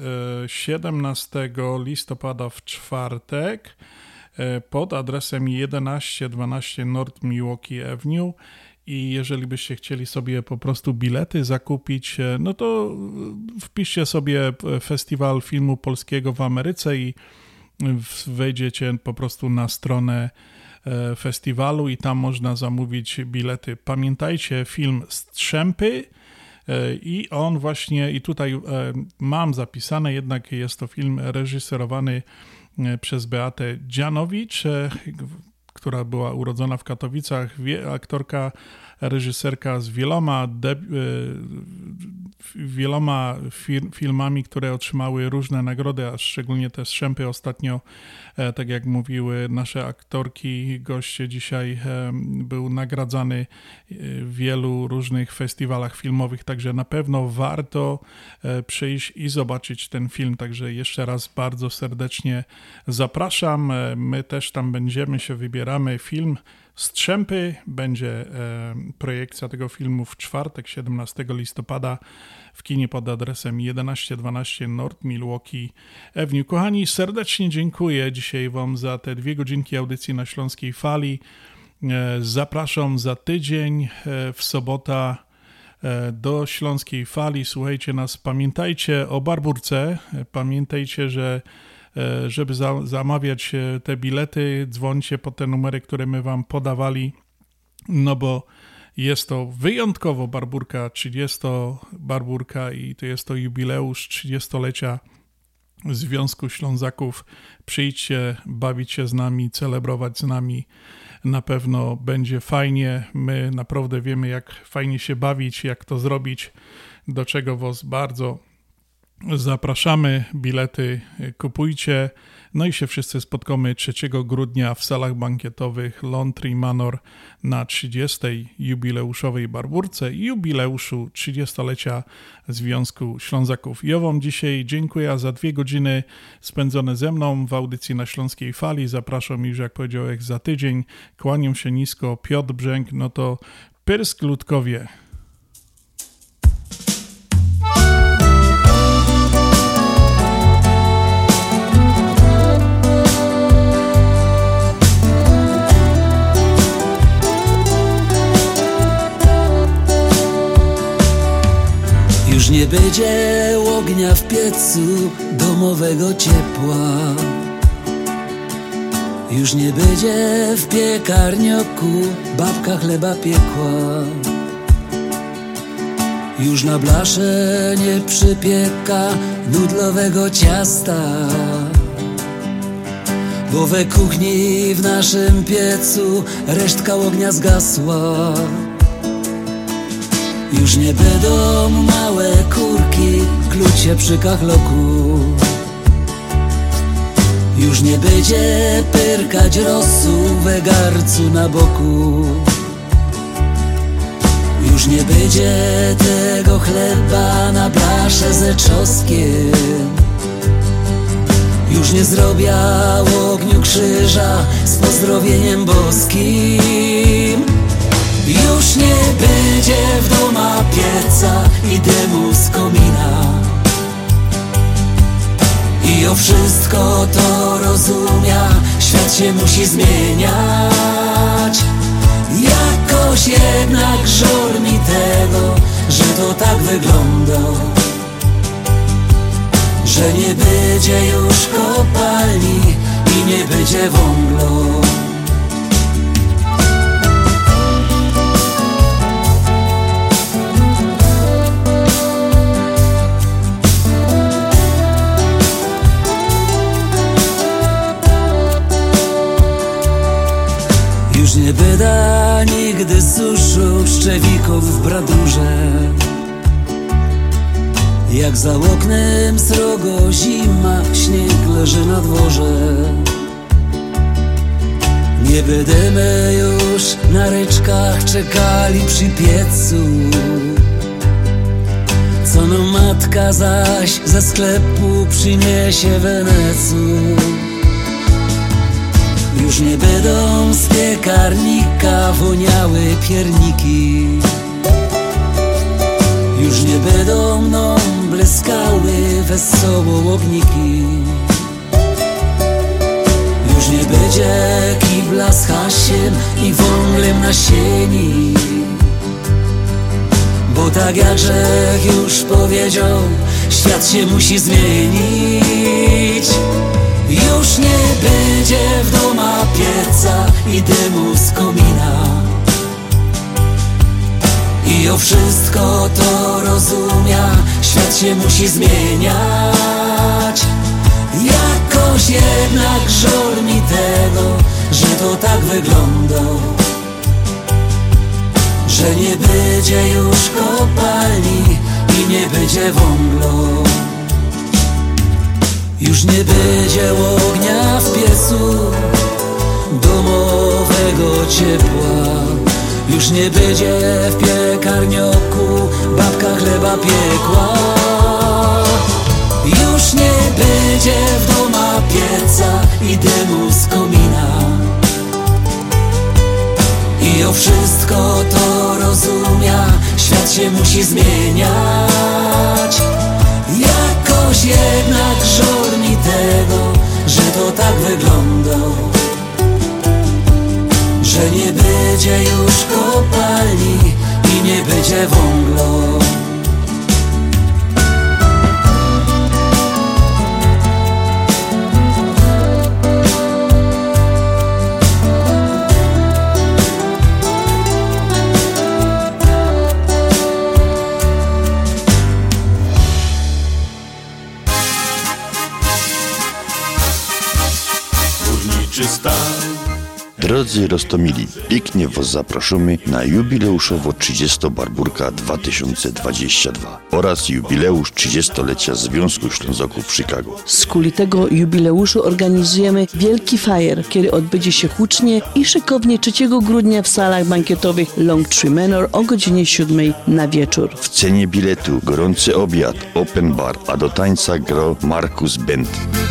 17 listopada w czwartek pod adresem 1112 North Milwaukee Avenue. I jeżeli byście chcieli sobie po prostu bilety zakupić, no to wpiszcie sobie Festiwal Filmu Polskiego w Ameryce i wejdziecie po prostu na stronę festiwalu i tam można zamówić bilety. Pamiętajcie, film Strzępy i on właśnie, i tutaj mam zapisane, jednak jest to film reżyserowany przez Beatę Dzianowicz, która była urodzona w Katowicach, aktorka, reżyserka z wieloma filmami, które otrzymały różne nagrody, a szczególnie te Strzępy ostatnio, tak jak mówiły nasze aktorki, goście dzisiaj, był nagradzany w wielu różnych festiwalach filmowych, także na pewno warto przyjść i zobaczyć ten film, także jeszcze raz bardzo serdecznie zapraszam, my też tam będziemy, się wybieramy. Film Strzępy, będzie projekcja tego filmu w czwartek, 17 listopada w kinie pod adresem 1112 North Milwaukee Avenue. Kochani, serdecznie dziękuję dzisiaj wam za te 2 godzinki audycji na Śląskiej Fali. Zapraszam za tydzień w sobotę do Śląskiej Fali. Słuchajcie nas, pamiętajcie o Barburce, pamiętajcie, że żeby zamawiać te bilety, dzwońcie po te numery, które my wam podawali, no bo jest to wyjątkowo Barburka, 30 Barburka i to jest to jubileusz 30-lecia Związku Ślązaków. Przyjdźcie, bawić się z nami, celebrować z nami. Na pewno będzie fajnie. My naprawdę wiemy, jak fajnie się bawić, jak to zrobić, do czego was bardzo zapraszamy. Bilety kupujcie. No i się wszyscy spotkamy 3 grudnia w salach bankietowych Laundry Manor na 30. jubileuszowej Barburce i jubileuszu 30-lecia Związku Ślązaków. Ja wam dzisiaj dziękuję za 2 godziny spędzone ze mną w audycji na Śląskiej Fali. Zapraszam już, jak powiedziałem, za tydzień. Kłaniam się nisko, Piotr Brzęk, no to Pyrsk Ludkowie. Już nie będzie ognia w piecu, domowego ciepła. Już nie będzie w piekarnioku babka chleba piekła. Już na blasze nie przypieka nudlowego ciasta, bo we kuchni w naszym piecu resztka ognia zgasła. Już nie będą małe kurki kluć się przy kachloku. Już nie będzie pyrkać rosu we garcu na boku. Już nie będzie tego chleba na blasze ze trzoskiem. Już nie zrobią ogniu krzyża z pozdrowieniem boskim. Już nie będzie w doma pieca i dymu z komina. rozumia, świat się musi zmieniać. Jakoś jednak żal mi tego, że to tak wygląda, że nie będzie już kopalni i nie będzie węgla. Już nie będę nigdy suszył szczewików w bradurze. Jak za oknem srogo zima, śnieg leży na dworze. Nie będziemy już na ryczkach czekali przy piecu, co no matka zaś ze sklepu przyniesie Wenecu. Już nie będą z piekarnika woniały pierniki, już nie będą mną błyskały wesoło ogniki. Już nie będzie kibla z hasiem i wąglem na sieni, bo tak jak Grzech już powiedział, świat się musi zmienić. Już nie będzie w doma pieca i dymu z komina, i o wszystko to rozumia, świat się musi zmieniać. Jakoś jednak żal mi tego, że to tak wygląda, że nie będzie już kopalni i nie będzie węgla. Już nie będzie ognia w piecu, domowego ciepła. Już nie będzie w piekarnioku babka chleba piekła. Już nie będzie w doma pieca i dymu z komina, i o wszystko to rozumia, świat się musi zmieniać. Jakoś jednak żal mi tego, że to tak wygląda, że nie będzie już kopalni i nie będzie węgla. Drodzy Rostomili, pięknie Was zapraszamy na jubileuszowo 30 Barburka 2022 oraz jubileusz 30-lecia Związku Ślązaków w Chicago. Z kuli tego jubileuszu organizujemy wielki fajer, który odbędzie się hucznie i szykownie 3 grudnia w salach bankietowych Long Tree Manor o godzinie 7 na wieczór. W cenie biletu gorący obiad, open bar, a do tańca grał Markus Band.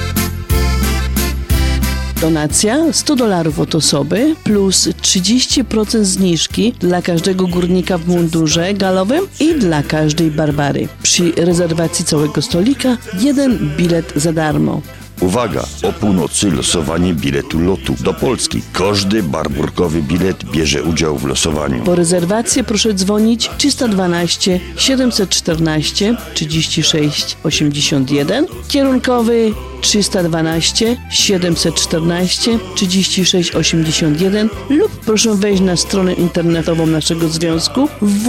Donacja $100 od osoby plus 30% zniżki dla każdego górnika w mundurze galowym i dla każdej Barbary. Przy rezerwacji całego stolika 1 bilet za darmo. Uwaga! O północy losowanie biletu lotu do Polski. Każdy barburkowy bilet bierze udział w losowaniu. Po rezerwację proszę dzwonić 312 714 36 81, kierunkowy 312 714 36 81 lub proszę wejść na stronę internetową naszego związku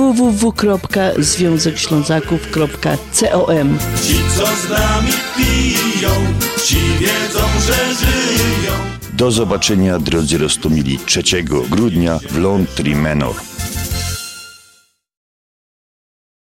www.związekślązaków.com. Ci, co z nami piją, ci wiedzą, że żyją. Do zobaczenia, drodzy Rostomili, 3 grudnia w Long Tree Manor.